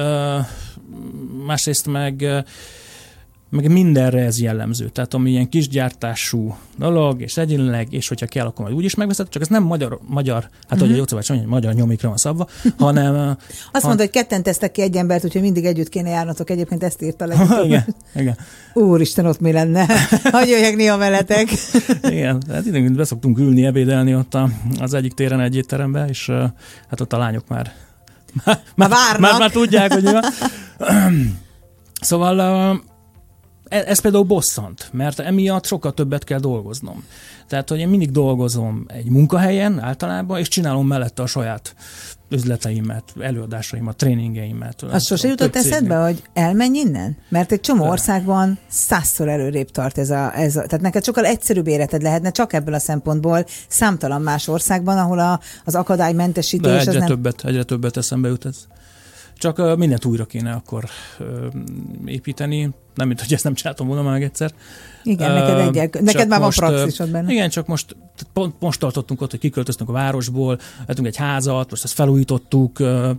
[SPEAKER 3] Másrészt meg, meg mindenre ez jellemző. Tehát ami ilyen kisgyártású dolog, és egyénileg, és hogyha kell, akkor majd úgy is megveszed, csak ez nem magyar, magyar hát mm-hmm. ahogy a Jócabács mondja, hogy magyar nyomikra van szabva, hanem...
[SPEAKER 2] Azt han... mondta, hogy ketten tesztek ki egy embert, úgyhogy mindig együtt kéne járnatok, egyébként ezt írta le.
[SPEAKER 3] igen, igen.
[SPEAKER 2] Úristen, ott mi lenne? Hagyj jöjjek néha veletek.
[SPEAKER 3] Igen, hát időnként beszoktunk ülni, ebédelni ott a, az egyik téren egy étterembe, és uh, hát ott a lányok már
[SPEAKER 2] már, már várnak.
[SPEAKER 3] Már, már tudják, hogy mi van. Szóval... Uh, Ez például bosszant, mert emiatt sokkal többet kell dolgoznom. Tehát, hogy én mindig dolgozom egy munkahelyen általában, és csinálom mellette a saját üzleteimet, előadásaimat, tréningeimet.
[SPEAKER 2] Az sose jutott eszedbe, hogy elmenj innen? Mert egy csomó országban százszor előrébb tart ez a, ez a... Tehát neked sokkal egyszerűbb életed lehetne, csak ebből a szempontból számtalan más országban, ahol a, az akadálymentesítés...
[SPEAKER 3] De egyre
[SPEAKER 2] az nem...
[SPEAKER 3] többet, egyre többet eszembe jut ez. Csak uh, mindent újra kéne akkor uh, építeni. Nem, mint hogy ezt nem csináltam volna már egyszer.
[SPEAKER 2] Igen, uh, neked, egyel, neked már most, van praxisod benne.
[SPEAKER 3] Igen, csak most, pont most tartottunk ott, hogy kiköltöztünk a városból, vettünk egy házat, most ezt felújítottuk, uh, uh,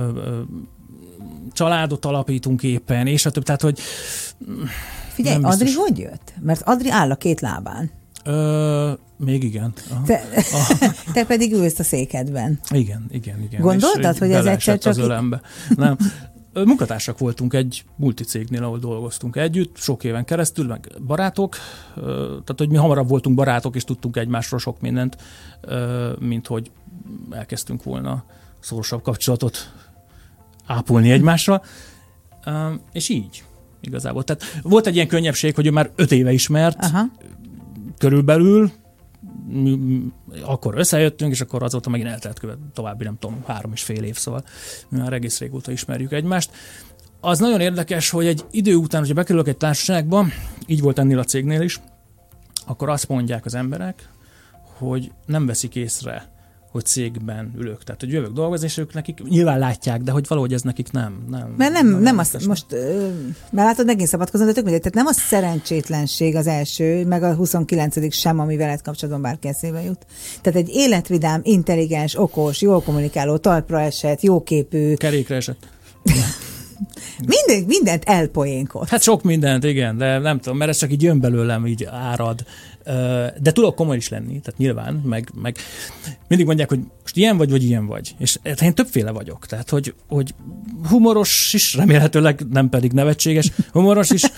[SPEAKER 3] családot alapítunk éppen, és a több. Tehát, hogy...
[SPEAKER 2] Figyelj, Adri hogy jött? Mert Adri áll a két lábán.
[SPEAKER 3] Ö, még igen.
[SPEAKER 2] Te, te pedig ülsz a székedben.
[SPEAKER 3] Igen, igen, igen.
[SPEAKER 2] Gondoltad, hogy ez egyszer csak...
[SPEAKER 3] az ölembe. Nem. Munkatársak voltunk egy multicégnél, ahol dolgoztunk együtt, sok éven keresztül, meg barátok, tehát hogy mi hamarabb voltunk barátok, és tudtunk egymásról sok mindent, mint hogy elkezdtünk volna szorosabb kapcsolatot ápolni egymással, és így igazából. Tehát volt egy ilyen könnyebbség, hogy ő már öt éve ismert, aha, körülbelül, akkor összejöttünk, és akkor azóta megint eltelt követ további, nem tudom, három és fél év, szóval mi már egész régóta ismerjük egymást. Az nagyon érdekes, hogy egy idő után, hogyha bekerülök egy társaságba, így volt ennél a cégnél is, akkor azt mondják az emberek, hogy nem veszik észre, hogy cégben ülök. Tehát, hogy jövök dolgozni, és ők nekik nyilván látják, de hogy valahogy ez nekik nem. nem
[SPEAKER 2] mert nem, nem, nem azt most, mert látod, megint szabadkozom, de tök mindegy, tehát nem a szerencsétlenség az első, meg a huszonkilencedik sem, ami veled kapcsolatban bárki eszébe jut. Tehát egy életvidám, intelligens, okos, jól kommunikáló, talpra esett, jóképű.
[SPEAKER 3] Kerékre esett.
[SPEAKER 2] Minden, mindent elpoénkodt.
[SPEAKER 3] Hát sok mindent, igen, de nem tudom, mert ez csak így jön belőlem, így árad. De tudok komoly is lenni, tehát nyilván, meg, meg mindig mondják, hogy most ilyen vagy, vagy ilyen vagy. És én többféle vagyok, tehát hogy, hogy humoros is, remélhetőleg nem pedig nevetséges, humoros is,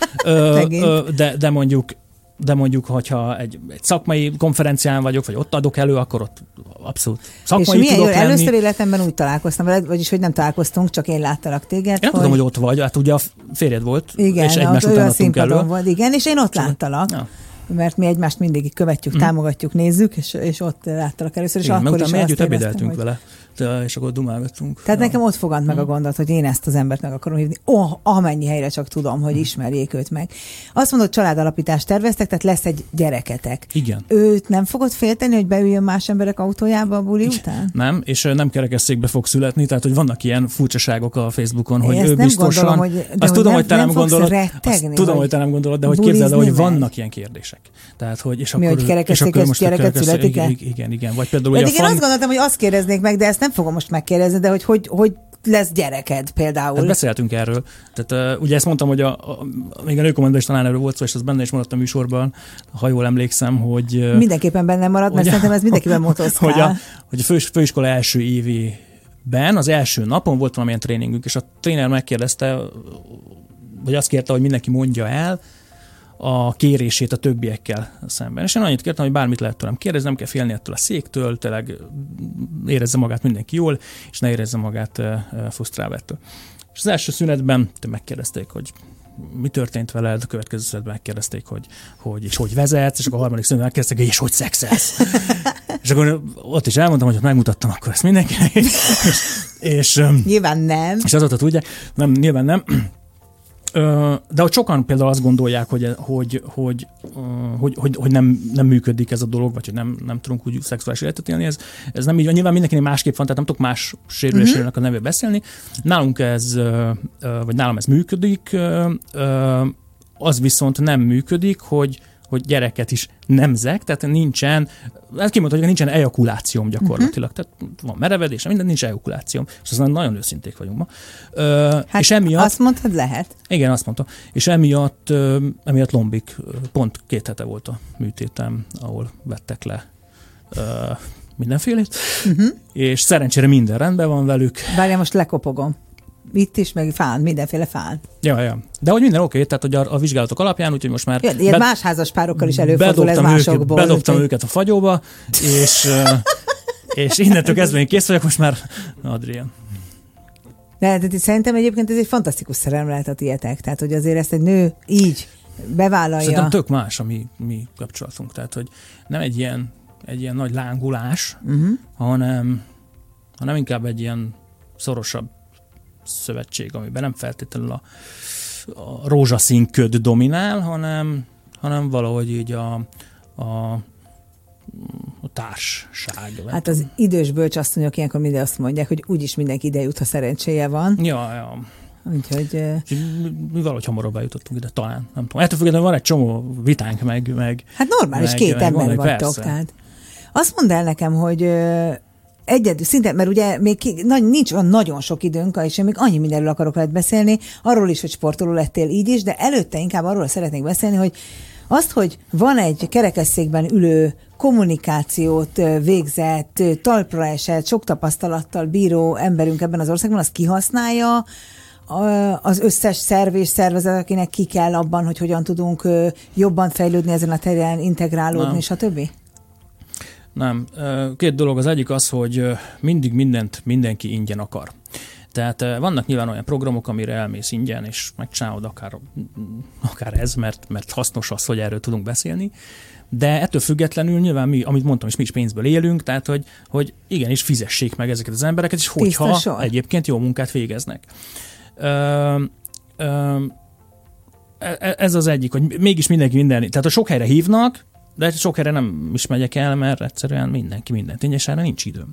[SPEAKER 3] de, de mondjuk de mondjuk, hogyha egy, egy szakmai konferencián vagyok, vagy ott adok elő, akkor ott abszolút szakmai
[SPEAKER 2] és
[SPEAKER 3] tudok
[SPEAKER 2] milyen
[SPEAKER 3] lenni.
[SPEAKER 2] Először életemben úgy találkoztam veled, vagyis, hogy nem találkoztunk, csak én láttalak téged.
[SPEAKER 3] Én nem hogy... tudom, hogy ott vagy, hát ugye a férjed volt,
[SPEAKER 2] igen,
[SPEAKER 3] és egymás után adtunk elő.
[SPEAKER 2] Volt, igen, és én ott láttalak. Ja. Mert mi egymást mindig követjük, mm. támogatjuk, nézzük, és, és ott láttalak először, és igen, akkor is
[SPEAKER 3] mi együtt ebédeltünk
[SPEAKER 2] hogy...
[SPEAKER 3] vele, és akkor dumálgattunk.
[SPEAKER 2] Tehát ja. nekem ott fogant meg a gondolat, hogy én ezt az embert meg akarom hívni. Oh, amennyi helyre csak tudom, hogy ismerjék őt meg. Azt mondod, családalapítást terveztek, tehát lesz egy gyereketek.
[SPEAKER 3] Igen.
[SPEAKER 2] Őt nem fogod félteni, hogy beüljön más emberek autójába a buli után?
[SPEAKER 3] Nem, és nem kerekesszékbe fog születni, tehát hogy vannak ilyen furcsaságok a Facebookon, hogy
[SPEAKER 2] én
[SPEAKER 3] ő biztosan...
[SPEAKER 2] Gondolom, hogy,
[SPEAKER 3] azt hogy tudom,
[SPEAKER 2] nem,
[SPEAKER 3] hogy te nem, nem gondolod,
[SPEAKER 2] rettegni,
[SPEAKER 3] azt tudom, hogy te nem gondolod, de hogy képzeld, hogy vannak ilyen kérdések.
[SPEAKER 2] Tehát, hogy és akkor, mi, hogy kerekesszék, és gyereket születik el?
[SPEAKER 3] Igen, igen. Vagy például
[SPEAKER 2] igen,
[SPEAKER 3] fan...
[SPEAKER 2] azt gondoltam, hogy azt kérdeznék meg, de ezt nem fogom most megkérdezni, de hogy hogy, hogy lesz gyereked például.
[SPEAKER 3] Hát beszéltünk erről. Tehát uh, ugye ezt mondtam, hogy a, a, még a nőkommentben is talán erről volt szó, és az benne is maradt a műsorban, ha jól emlékszem, hogy... Uh,
[SPEAKER 2] mindenképpen benne maradt, mert szerintem ez mindenképpen motoszkál.
[SPEAKER 3] Hogy a, hogy a fő, főiskola első évében, az első napon volt valamilyen tréningünk, és a tréner megkérdezte, vagy azt kérte, hogy mindenki mondja el a kérését a többiekkel szemben. És én annyit kértem, hogy bármit lehet tőlem kérdezni, nem kell félni ettől a széktől, tényleg érezze magát mindenki jól, és ne érezze magát frusztrálva ettől. És az első szünetben megkérdezték, hogy mi történt veled, a következő szünetben megkérdezték, hogy, hogy és hogy vezetsz, és akkor a harmadik szünetben megkérdezték, hogy és hogy szexelsz. És akkor ott is elmondtam, hogy megmutattam akkor ezt mindenkinek. És, és,
[SPEAKER 2] nyilván nem.
[SPEAKER 3] És azóta tudják, nem, nyilván nem. De hogy sokan például azt gondolják, hogy, hogy, hogy, hogy, hogy, hogy nem, nem működik ez a dolog, vagy hogy nem, nem tudunk úgy szexuális életet élni, ez, ez nem így van. Nyilván mindenkinek másképp van, tehát nem tudok más sérülésének uh-huh. a nevébe beszélni. Nálunk ez, vagy nálam ez működik, az viszont nem működik, hogy hogy gyereket is nemzek, tehát nincsen, hát kimondta, hogy nincsen ejakulációm gyakorlatilag. Uh-huh. Tehát van merevedés, minden, nincs ejakulációm. És azon nagyon őszinték vagyunk ma. Ö,
[SPEAKER 2] hát
[SPEAKER 3] és emiatt,
[SPEAKER 2] azt mondtad, lehet.
[SPEAKER 3] Igen, azt mondtam. És emiatt, ö, emiatt lombik, pont két hete volt a műtétem, ahol vettek le ö, mindenfélét. Uh-huh. És szerencsére minden rendben van velük.
[SPEAKER 2] Várjál, most lekopogom. Itt is, meg fán, mindenféle fán.
[SPEAKER 3] Ja, ja. De hogy minden oké, okay, tehát hogy a, a vizsgálatok alapján, úgyhogy most már...
[SPEAKER 2] Ja, ilyen bed... más házas párokkal is előfordul ez másokból.
[SPEAKER 3] Őket, bedobtam úgy, őket a fagyóba, és, és innentől kezdve én kész vagyok, most már Adrián.
[SPEAKER 2] De, de szerintem egyébként ez egy fantasztikus szerelem lehet a tietek, tehát hogy azért ezt egy nő így bevállalja.
[SPEAKER 3] Szerintem tök más a mi, mi kapcsolatunk, tehát hogy nem egy ilyen, egy ilyen nagy lángulás, uh-huh. hanem, hanem inkább egy ilyen szorosabb szövetség, amiben nem feltétlenül a, a rózsaszín köd dominál, hanem, hanem valahogy így a, a, a társaság.
[SPEAKER 2] Hát az idős bölcsasszonyok ilyenkor mindig azt mondják, hogy úgyis mindenki ide jut, ha szerencséje van.
[SPEAKER 3] Ja, ja.
[SPEAKER 2] Úgyhogy...
[SPEAKER 3] Mi, mi valahogy hamarabb eljutottunk ide, talán. Nem tudom. Ettől függetlenül van egy csomó vitánk, meg... meg
[SPEAKER 2] hát normális, meg, két meg ember vagytok. Tehát. Azt mondd el nekem, hogy egyedül, szinte, mert ugye még ki, nagy, nincs olyan nagyon sok időnk, és én még annyi mindenről akarok veled beszélni, arról is, hogy sportoló lettél így is, de előtte inkább arról szeretnék beszélni, hogy azt, hogy van egy kerekesszékben ülő, kommunikációt végzett, talpra esett, sok tapasztalattal bíró emberünk ebben az országban, azt kihasználja az összes szerv és szervezet, akinek ki kell abban, hogy hogyan tudunk jobban fejlődni ezen a területen, integrálódni, stb.?
[SPEAKER 3] Nem. Két dolog. Az egyik az, hogy mindig mindent mindenki ingyen akar. Tehát vannak nyilván olyan programok, amire elmész ingyen, és megcsinálod akár, akár ez, mert, mert hasznos az, hogy erről tudunk beszélni. De ettől függetlenül nyilván mi, amit mondtam, és mi is pénzből élünk, tehát hogy, hogy igenis fizessék meg ezeket az embereket, és hogyha egyébként jó munkát végeznek. Ö, ö, ez az egyik, hogy mégis mindenki minden, tehát a sok helyre hívnak, de sok helyre nem is megyek el, mert egyszerűen mindenki mindent ingyen, és erre nincs időm.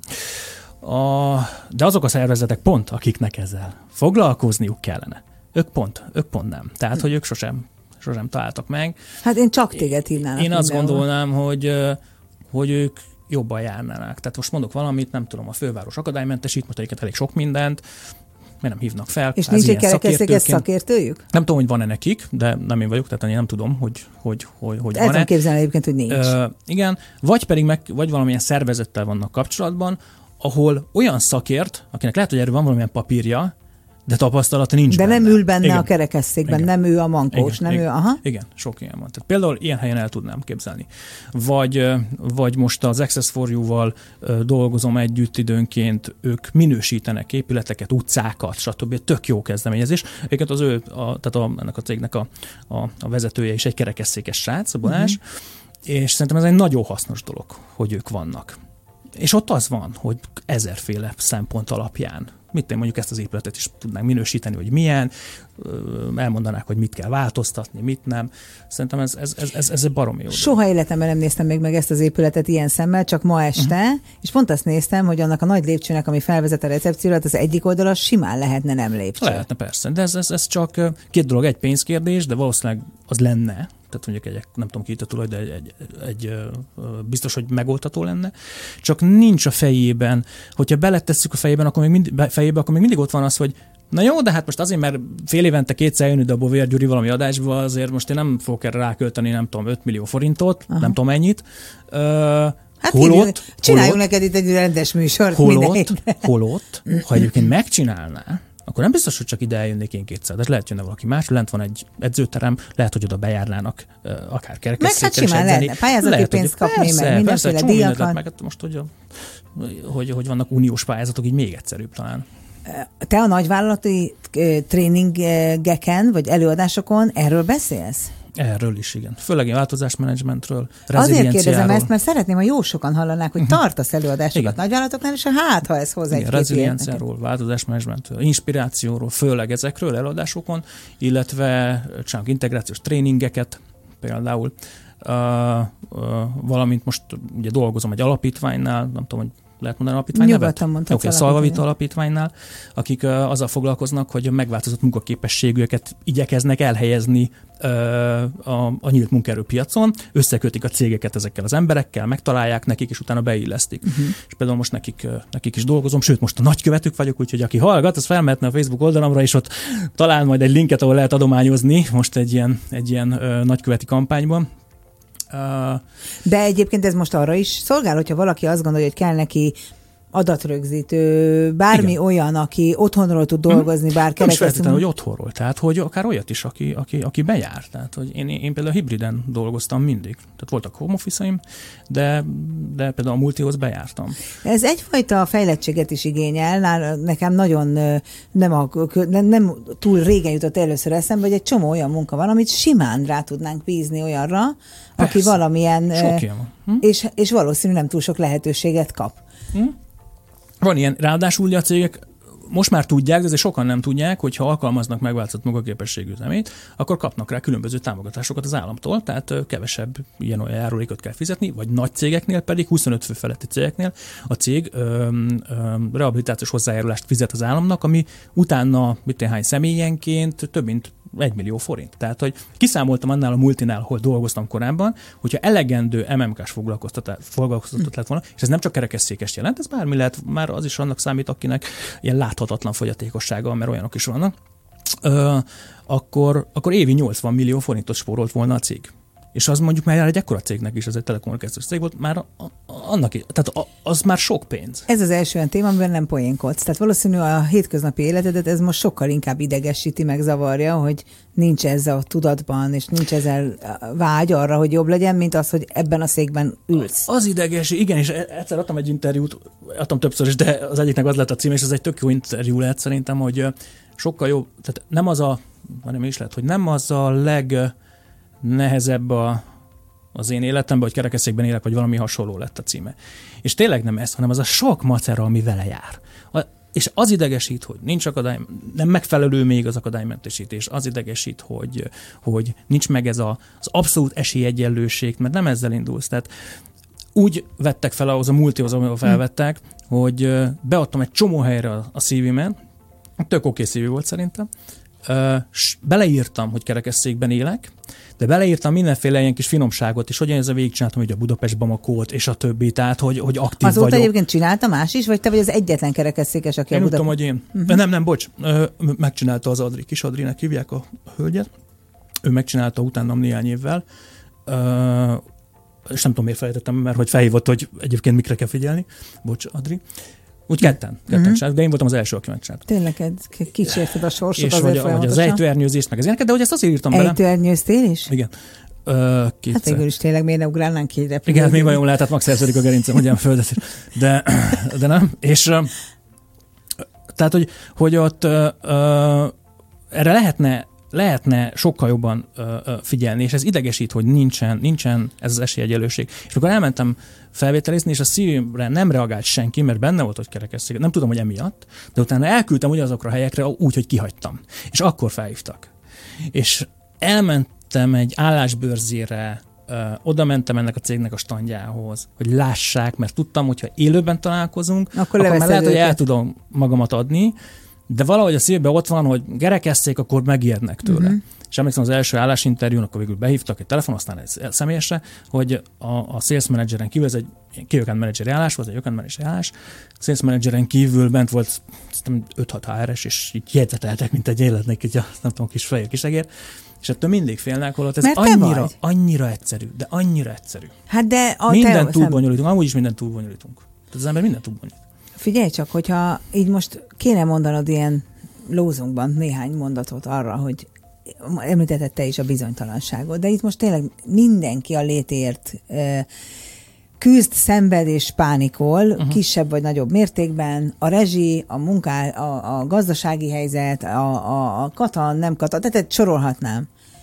[SPEAKER 3] A, de azok a szervezetek pont, akiknek ezzel foglalkozniuk kellene. Ők pont, ők pont nem. Tehát, hogy ők sosem, sosem találtak meg.
[SPEAKER 2] Hát én csak téged hívnának.
[SPEAKER 3] Én azt gondolnám, hogy, hogy ők jobban járnának. Tehát most mondok valamit, nem tudom, a főváros akadálymentesít, most egyiket elég sok mindent, mert nem hívnak fel.
[SPEAKER 2] És nincs egy kerekesszéges szakértőjük?
[SPEAKER 3] Nem tudom, hogy van-e nekik, de nem én vagyok, tehát én nem tudom, hogy, hogy, hogy, hogy
[SPEAKER 2] el van-e. El tudom képzelni egyébként, hogy nincs.
[SPEAKER 3] Ö, igen, vagy pedig meg, vagy valamilyen szervezettel vannak kapcsolatban, ahol olyan szakért, akinek lehet, hogy erről van valamilyen papírja, de tapasztalata nincs
[SPEAKER 2] de
[SPEAKER 3] benne.
[SPEAKER 2] nem ül benne
[SPEAKER 3] igen.
[SPEAKER 2] a kerekesszékben,
[SPEAKER 3] igen.
[SPEAKER 2] nem ő a mankós,
[SPEAKER 3] igen.
[SPEAKER 2] nem
[SPEAKER 3] igen.
[SPEAKER 2] ő, aha.
[SPEAKER 3] Igen, sok ilyen van. Tehát például ilyen helyen el tudnám képzelni. Vagy, vagy most az Access for You-val dolgozom együtt időnként, ők minősítenek épületeket, utcákat, stb. Tök jó kezdeményezés. Egyébként az ő, a, tehát a, ennek a cégnek a, a, a vezetője is egy kerekesszékes srác, a Balázs, uh-huh. és szerintem ez egy nagyon hasznos dolog, hogy ők vannak. És ott az van, hogy ezerféle szempont alapján, mit én mondjuk ezt az épületet is tudnánk minősíteni, hogy milyen, elmondanák, hogy mit kell változtatni, mit nem. Szerintem ez, ez, ez, ez, ez egy baromi jó.
[SPEAKER 2] Soha életemben nem néztem még meg ezt az épületet ilyen szemmel, csak ma este, uh-huh. és pont azt néztem, hogy annak a nagy lépcsőnek, ami felvezet a recepcióra, az egyik oldala simán lehetne nem lépcső.
[SPEAKER 3] Lehetne persze, de ez, ez, ez csak két dolog, egy pénzkérdés, de valószínűleg az lenne, tehát mondjuk egy, nem tudom ki itt a tulaj, de egy, egy, egy, biztos, hogy megoldható lenne. Csak nincs a fejében, hogyha beletesszük a fejében, akkor még mind, fejébe, akkor még mindig ott van az, hogy na jó, de hát most azért, mert fél évente kétszer jön ide a Bovér Gyuri valami adásba, azért most én nem fogok erre rákölteni, nem tudom, öt millió forintot, aha. nem tudom ennyit. Uh,
[SPEAKER 2] hát holott, csináljunk holott, neked itt egy rendes műsort.
[SPEAKER 3] Holott, holott, ha egyébként megcsinálná, akkor nem biztos, hogy csak ide eljönnék én kétszer. De lehet jönne valaki más, lent van egy edzőterem, lehet, hogy oda bejárnának uh, akár kerekesszékkel is edzeni.
[SPEAKER 2] Meg hát simán lehetne pályázati pénzt kapni, persze, meg mindenféle díjakat.
[SPEAKER 3] Meg most, hogy, hogy, hogy vannak uniós pályázatok, így még egyszerűbb talán.
[SPEAKER 2] Te a nagyvállalati tréningeken, vagy előadásokon erről beszélsz?
[SPEAKER 3] Erről is, igen. Főleg én változásmenedzsmentről,
[SPEAKER 2] azért kérdezem ezt, mert szeretném, ha jó sokan hallanák, hogy uh-huh. tartasz előadásokat igen. nagyvállalatoknál, és hát, ha ez hozzá egy
[SPEAKER 3] rezilienciáról, változásmenedzsmentről, inspirációról, főleg ezekről előadásokon, illetve csinálunk integrációs tréningeket például, uh, uh, valamint most ugye dolgozom egy alapítványnál, nem tudom, hogy lehet mondani alapítvány nevet? Oké, okay, Szalvavita alapítványnál, akik uh, azzal foglalkoznak, hogy a megváltozott munkaképességűeket igyekeznek elhelyezni uh, a, a nyílt munkaerőpiacon, összekötik a cégeket ezekkel az emberekkel, megtalálják nekik, és utána beillesztik. Uh-huh. És például most nekik, uh, nekik is dolgozom, sőt, most a nagykövetük vagyok, úgyhogy aki hallgat, az felmehetne a Facebook oldalamra, és ott talál majd egy linket, ahol lehet adományozni most egy ilyen, egy ilyen uh, nagyköveti kampányban.
[SPEAKER 2] De egyébként ez most arra is szolgál, hogyha valaki azt gondolja, hogy kell neki adatrögzítő, bármi igen. olyan, aki otthonról tud dolgozni, bár
[SPEAKER 3] kerekesztünk. Nem is feltétlenül, hogy otthonról, tehát hogy akár olyat is, aki, aki, aki bejár. Tehát, hogy én, én például hibriden dolgoztam mindig. Tehát voltak home office-aim, de, de például a multihoz bejártam.
[SPEAKER 2] Ez egyfajta fejlettséget is igényel. Nekem nagyon nem, a, nem, nem túl régen jutott először eszembe, hogy egy csomó olyan munka van, amit simán rá tudnánk bízni olyanra, persze. aki valamilyen...
[SPEAKER 3] Sok ilyen van. Hm?
[SPEAKER 2] És, és valószínűleg nem túl sok lehetőséget kap.
[SPEAKER 3] Hm? Van ilyen, ráadásul a cégek most már tudják, de azért sokan nem tudják, hogy ha alkalmaznak megváltozott munkaképességű személyt, akkor kapnak rá különböző támogatásokat az államtól, tehát kevesebb ilyen olyan járulékot kell fizetni, vagy nagy cégeknél pedig, huszonöt fő feletti cégeknél a cég ö, ö, rehabilitációs hozzájárulást fizet az államnak, ami utána mit hány személyenként több mint egy millió forint. Tehát, hogy kiszámoltam annál a multinál, hol dolgoztam korábban, hogyha elegendő em em ká-s foglalkoztatott lett volna, és ez nem csak kerekesszékest jelent, ez bármi lehet, már az is annak számít, akinek ilyen láthatatlan fogyatékossága, mert olyanok is vannak, ö, akkor, akkor évi nyolcvan millió forintot spórolt volna a cég. és az mondjuk már egy ekkora cégnek is, ez egy telekommunikációs cég volt, már a, a, annak, tehát a, az már sok pénz.
[SPEAKER 2] Ez az első olyan téma, amiben nem poénkodsz. Tehát valószínű a hétköznapi életedet ez most sokkal inkább idegesíti, meg zavarja, hogy nincs ez a tudatban, és nincs ezzel vágy arra, hogy jobb legyen, mint az, hogy ebben a székben ülsz.
[SPEAKER 3] Az ideges, igen, és egyszer adtam egy interjút, adtam többször is, de az egyiknek az lett a cím, és ez egy tök jó interjú lett szerintem, hogy sokkal jobb, tehát nem az a, hanem is lehet, hogy nem az a legnehezebb a, az én életemben, hogy kerekesszékben élek, vagy valami hasonló lett a címe. És tényleg nem ez, hanem az a sok macera, ami vele jár. A, és az idegesít, hogy nincs akadály, nem megfelelő még az akadálymentesítés, az idegesít, hogy, hogy nincs meg ez a, az abszolút esélyegyenlőség, mert nem ezzel indulsz. Tehát úgy vettek fel ahhoz a multihoz, ahol felvettek, hmm. hogy beadtam egy csomó helyre a, a szívimet, tök oké szívű volt szerintem, beleírtam, hogy kerekesszékben élek, de beleírtam mindenféle ilyen kis finomságot, és hogyan ezzel végigcsináltam, hogy a Budapest Bamako-t, és a többi, tehát, hogy, hogy aktív
[SPEAKER 2] Azóta
[SPEAKER 3] vagyok.
[SPEAKER 2] egyébként csinálta más is, vagy te vagy az egyetlen kerekesszékes, aki
[SPEAKER 3] én
[SPEAKER 2] a Budapest...
[SPEAKER 3] Én tudom, hogy én. Uh-huh. Nem, nem, bocs, megcsinálta az Adri, kis Adrinek hívják a hölgyet, ő megcsinálta utánam néhány évvel, és nem tudom, miért felejtettem, mert hogy felhívott, hogy egyébként mikre kell figyelni. Bocs, Adri. Úgy ketten, ketten uh-huh. csináltak, de én voltam az első, aki megcsinált.
[SPEAKER 2] Tényleg, kísérted a sorsot
[SPEAKER 3] és
[SPEAKER 2] azért
[SPEAKER 3] vagy, folyamatosan. És az ejtőernyőzést, meg az ilyeneket, de hogy ezt azért írtam bele.
[SPEAKER 2] Ejtőernyőztél is?
[SPEAKER 3] Igen. Ö,
[SPEAKER 2] hát végül is tényleg miért ne ugrálnánk ki egy repülőt?
[SPEAKER 3] Igen, hát még vajon lehet, hát megszerződik a gerincem, hogy ilyen földet. De, de nem. És uh, tehát, hogy, hogy ott uh, uh, erre lehetne lehetne sokkal jobban uh, figyelni, és ez idegesít, hogy nincsen, nincsen ez az esélyegyenlőség. És akkor elmentem felvételizni, és a szívemre nem reagált senki, mert benne volt, hogy kerekesszék. Nem tudom, hogy emiatt, de utána elküldtem ugyanazokra a helyekre úgy, hogy kihagytam. És akkor felhívtak. És elmentem egy állásbőrzére, uh, oda mentem ennek a cégnek a standjához, hogy lássák, mert tudtam, hogyha élőben találkozunk, akkor, akkor már lehet, őket. Hogy el tudom magamat adni, de valahogy a szívben ott van, hogy gerekesszék, akkor megijednek tőle. Uh-huh. És emlékszem az első állásinterjún, akkor végül behívtak egy telefon, aztán egy személyesre, hogy a, a sales manageren kívül, ez egy key account manageri állás volt, egy account manageri állás, a sales manageren kívül bent volt öt-hat há er es, és így jegyzeteltek, mint egy életnek, így a, nem tudom, kis fehér kisegér, és ettől mindig félnek, holott ez annyira, annyira egyszerű, de annyira egyszerű.
[SPEAKER 2] Hát de a
[SPEAKER 3] minden túlbonyolítunk, amúgy is minden túlbonyolítunk. Tehát az ember minden túlbonyolít.
[SPEAKER 2] Figyelj csak, hogyha így most kéne mondanod ilyen lózunkban néhány mondatot arra, hogy említetted te is a bizonytalanságot, de itt most tényleg mindenki a létért eh, küzd, szenved és pánikol, uh-huh. kisebb vagy nagyobb mértékben, a rezsi, a munká, a, a gazdasági helyzet, a, a, a katan, nem katan, tehát sorolhatnám.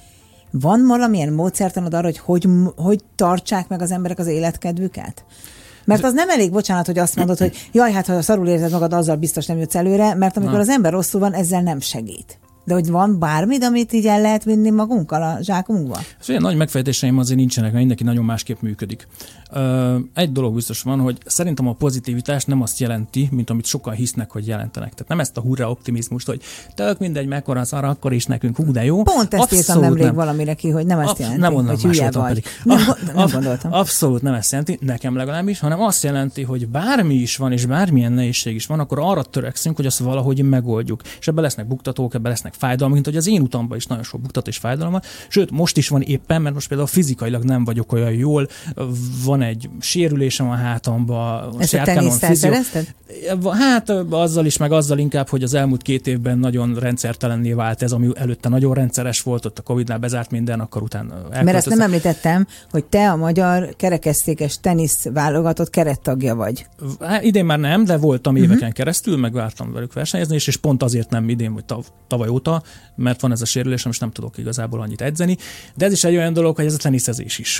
[SPEAKER 2] Van valamilyen módszertanod arra, hogy, hogy hogy tartsák meg az emberek az életkedvüket? Mert az nem elég, bocsánat, hogy azt mondod, hogy jaj, hát ha szarul érzed magad, azzal biztos nem jutsz előre, mert amikor Na. az ember rosszul van, ezzel nem segít. De hogy van bármit, amit így el lehet vinni magunkkal a zsákunkba?
[SPEAKER 3] Ez olyan nagy megfejtéseim azért nincsenek, mert mindenki nagyon másképp működik. Egy dolog biztos van, hogy szerintem a pozitivitás nem azt jelenti, mint amit sokan hisznek, hogy jelentenek. Tehát nem ezt a hurrá optimizmust, hogy tök mindegy, mekkora az arra, akkor is nekünk, hú, de jó.
[SPEAKER 2] Pont ezt írtam nemrég nem. valamire ki, hogy nem ezt Absz- jelenti,
[SPEAKER 3] nem
[SPEAKER 2] hogy hülye vagy. Nem, nem gondoltam.
[SPEAKER 3] Abszolút nem ezt jelenti, nekem legalábbis, hanem azt jelenti, hogy bármi is van, és bármilyen nehézség is van, akkor arra törekszünk, hogy azt valahogy megoldjuk. És ebben lesznek buktatók, ebben lesznek fájdalmak, mint hogy az én utamban is nagyon sok buktató és fájdalom van. Sőt, most is van éppen, mert most például fizikailag nem vagyok olyan jól, van egy sérülésem a hátamba.
[SPEAKER 2] Ezt a tenisztel szerezted?
[SPEAKER 3] Hát azzal is, meg azzal inkább, hogy az elmúlt két évben nagyon rendszertelenné vált ez, ami előtte nagyon rendszeres volt, ott a Covidnál bezárt minden, akkor utána elköltöztem.
[SPEAKER 2] Mert ezt nem említettem, hogy te a magyar kerekesszékes tenisz válogatott kerettagja vagy.
[SPEAKER 3] Hát, idén már nem, de voltam uh-huh. éveken keresztül, megvártam velük versenyezni, és, és pont azért nem idén, vagy tav, tavaly óta, mert van ez a sérülésem, és nem tudok igazából annyit edzeni. De ez is egy olyan dolog, hogy ez a teniszezés is.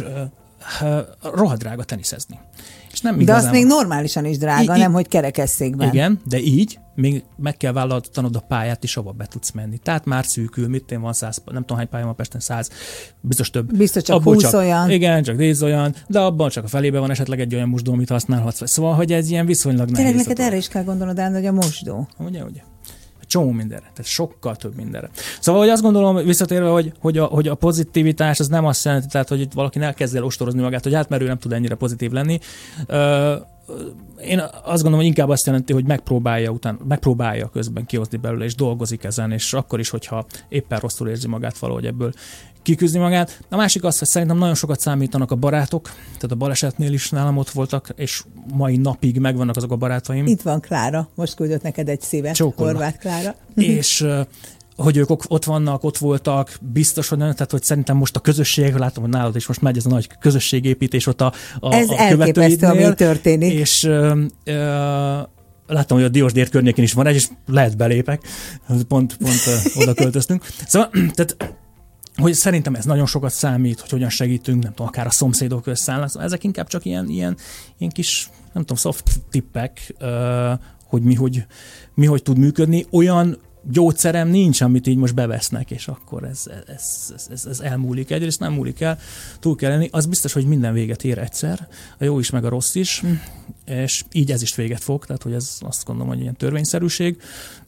[SPEAKER 3] Rohadt drága teniszezni. És nem
[SPEAKER 2] de azt még normálisan is drága,
[SPEAKER 3] I-
[SPEAKER 2] nem, hogy kerekesszékben.
[SPEAKER 3] Igen, de így még meg kell vállalatanod a pályát is, ahova be tudsz menni. Tehát már szűkül, mit én van száz, nem tudom hány pályán van Pesten, száz, biztos több.
[SPEAKER 2] Biztos csak húsz csak, olyan.
[SPEAKER 3] Igen, csak tíz olyan, de abban csak a felébe van esetleg egy olyan mosdó, amit használhatsz. Szóval, hogy ez ilyen viszonylag nehéz.
[SPEAKER 2] Tényleg neked erre is kell gondolod el, hogy a mosdó.
[SPEAKER 3] Ugye, ugye. Csomó mindenre, tehát sokkal több mindenre. Szóval, hogy azt gondolom, visszatérve, hogy, hogy, a, hogy a pozitivitás az nem azt jelenti, tehát, hogy itt valaki elkezd el ostorozni magát, hogy hát mert ő nem tud ennyire pozitív lenni. Uh, én azt gondolom, hogy inkább azt jelenti, hogy megpróbálja után, megpróbálja közben kihozni belőle, és dolgozik ezen, és akkor is, hogyha éppen rosszul érzi magát, valahogy ebből kiküzni magát. A másik az, hogy szerintem nagyon sokat számítanak a barátok, tehát a balesetnél is nálam ott voltak, és mai napig megvannak azok a barátaim.
[SPEAKER 2] Itt van Klára, most küldött neked egy szívet,
[SPEAKER 3] Csókolva.
[SPEAKER 2] Horváth Klára.
[SPEAKER 3] És hogy ők ott vannak, ott voltak, biztos, hogy nem, tehát hogy szerintem most a közösség, látom, hogy nálad is most megy ez a nagy közösségépítés ott a, a,
[SPEAKER 2] ez
[SPEAKER 3] a
[SPEAKER 2] elképesztő, ami történik.
[SPEAKER 3] És ö, ö, láttam, hogy a Diósgyőr környékén is van egy, és lehet belépek, pont, pont ö, oda költöztünk. Szóval, tehát hogy szerintem ez nagyon sokat számít, hogy hogyan segítünk, nem tudom, akár a szomszédok összeállnak. Szóval ezek inkább csak ilyen, ilyen, ilyen kis, nem tudom, soft tippek, ö, hogy mi hogy, mi hogy tud működni. Olyan gyógyszerem nincs, amit így most bevesznek, és akkor ez, ez, ez, ez, ez elmúlik. Egyrészt nem múlik el, túl kell lenni. Az biztos, hogy minden véget ér egyszer, a jó is, meg a rossz is, mm. és így ez is véget fog, tehát hogy ez azt gondolom, hogy ilyen törvényszerűség.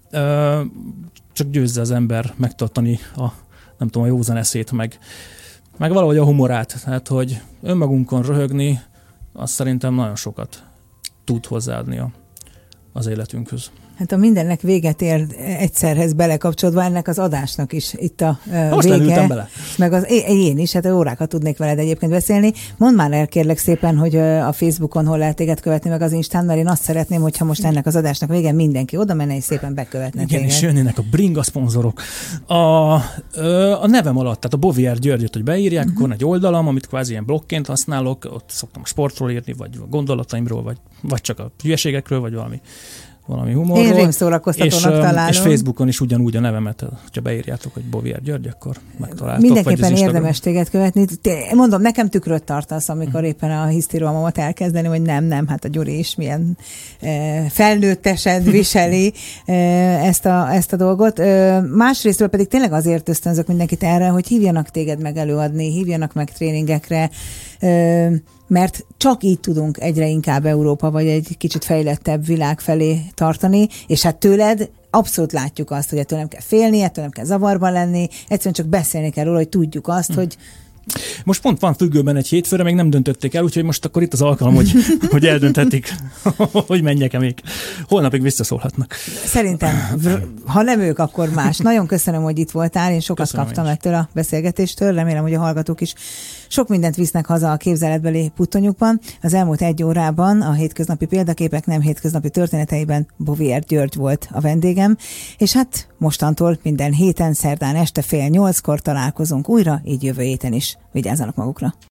[SPEAKER 3] Csak győzze az ember megtartani a, nem tudom, a józan eszét, meg, meg valahogy a humorát. Tehát, hogy önmagunkon röhögni, az szerintem nagyon sokat tud hozzáadni a, az életünkhöz.
[SPEAKER 2] Hát a mindennek véget ér egyszerhez belekapcsolódva, ennek az adásnak is itt a uh,
[SPEAKER 3] Most
[SPEAKER 2] vége.
[SPEAKER 3] Bele.
[SPEAKER 2] Meg az, én is, hát órákat tudnék veled egyébként beszélni. Mondd már el kérlek szépen, hogy a Facebookon hol lehet téged követni, meg az Instán, mert én azt szeretném, hogyha most ennek az adásnak vége mindenki oda menne és szépen bekövetne
[SPEAKER 3] Igen,
[SPEAKER 2] téged.
[SPEAKER 3] És jönnének a bringa szponzorok. A, a nevem alatt, tehát a Bovier Györgyöt, hogy beírják, uh-huh. akkor egy oldalam, amit kvázi ilyen blogként használok, ott szoktam a sportról írni, vagy a gondolataimról, vagy, vagy csak a hülyeségekről, vagy valami valami humorról.
[SPEAKER 2] Én rémszórakoztatónak
[SPEAKER 3] és,
[SPEAKER 2] találom.
[SPEAKER 3] És Facebookon is ugyanúgy a nevemet, ha beírjátok, hogy Bovier György, akkor megtaláltok.
[SPEAKER 2] Mindenképpen érdemes téged követni. Mondom, nekem tükröt tartasz, amikor éppen a hisztiromamat elkezdeni, hogy nem, nem, hát a Gyuri is milyen e, felnőttesen viseli e, ezt, a, ezt a dolgot. E, másrésztről pedig tényleg azért ösztönzök mindenkit erre, hogy hívjanak téged meg előadni, hívjanak meg tréningekre, e, mert csak így tudunk egyre inkább Európa vagy egy kicsit fejlettebb világ felé tartani, és hát tőled abszolút látjuk azt, hogy ettől nem kell félni, ettől nem kell zavarban lenni, egyszerűen csak beszélni kell róla, hogy tudjuk azt, hmm. hogy
[SPEAKER 3] most pont van függőben egy hétfőre, még nem döntötték el, úgyhogy most akkor itt az alkalom, hogy, hogy eldönthetik, hogy menjek-e még. Holnapig visszaszólhatnak.
[SPEAKER 2] Szerintem, ha nem ők, akkor más. Nagyon köszönöm, hogy itt voltál, én sokat köszönöm kaptam ettől a beszélgetéstől, remélem, hogy a hallgatók is sok mindent visznek haza a képzeletbeli puttonyukban. Az elmúlt egy órában a hétköznapi példaképek nem hétköznapi történeteiben Bovier György volt a vendégem, és hát mostantól minden héten, szerdán este fél nyolckor találkozunk újra, így jövő héten is. Vigyázzanak magukra!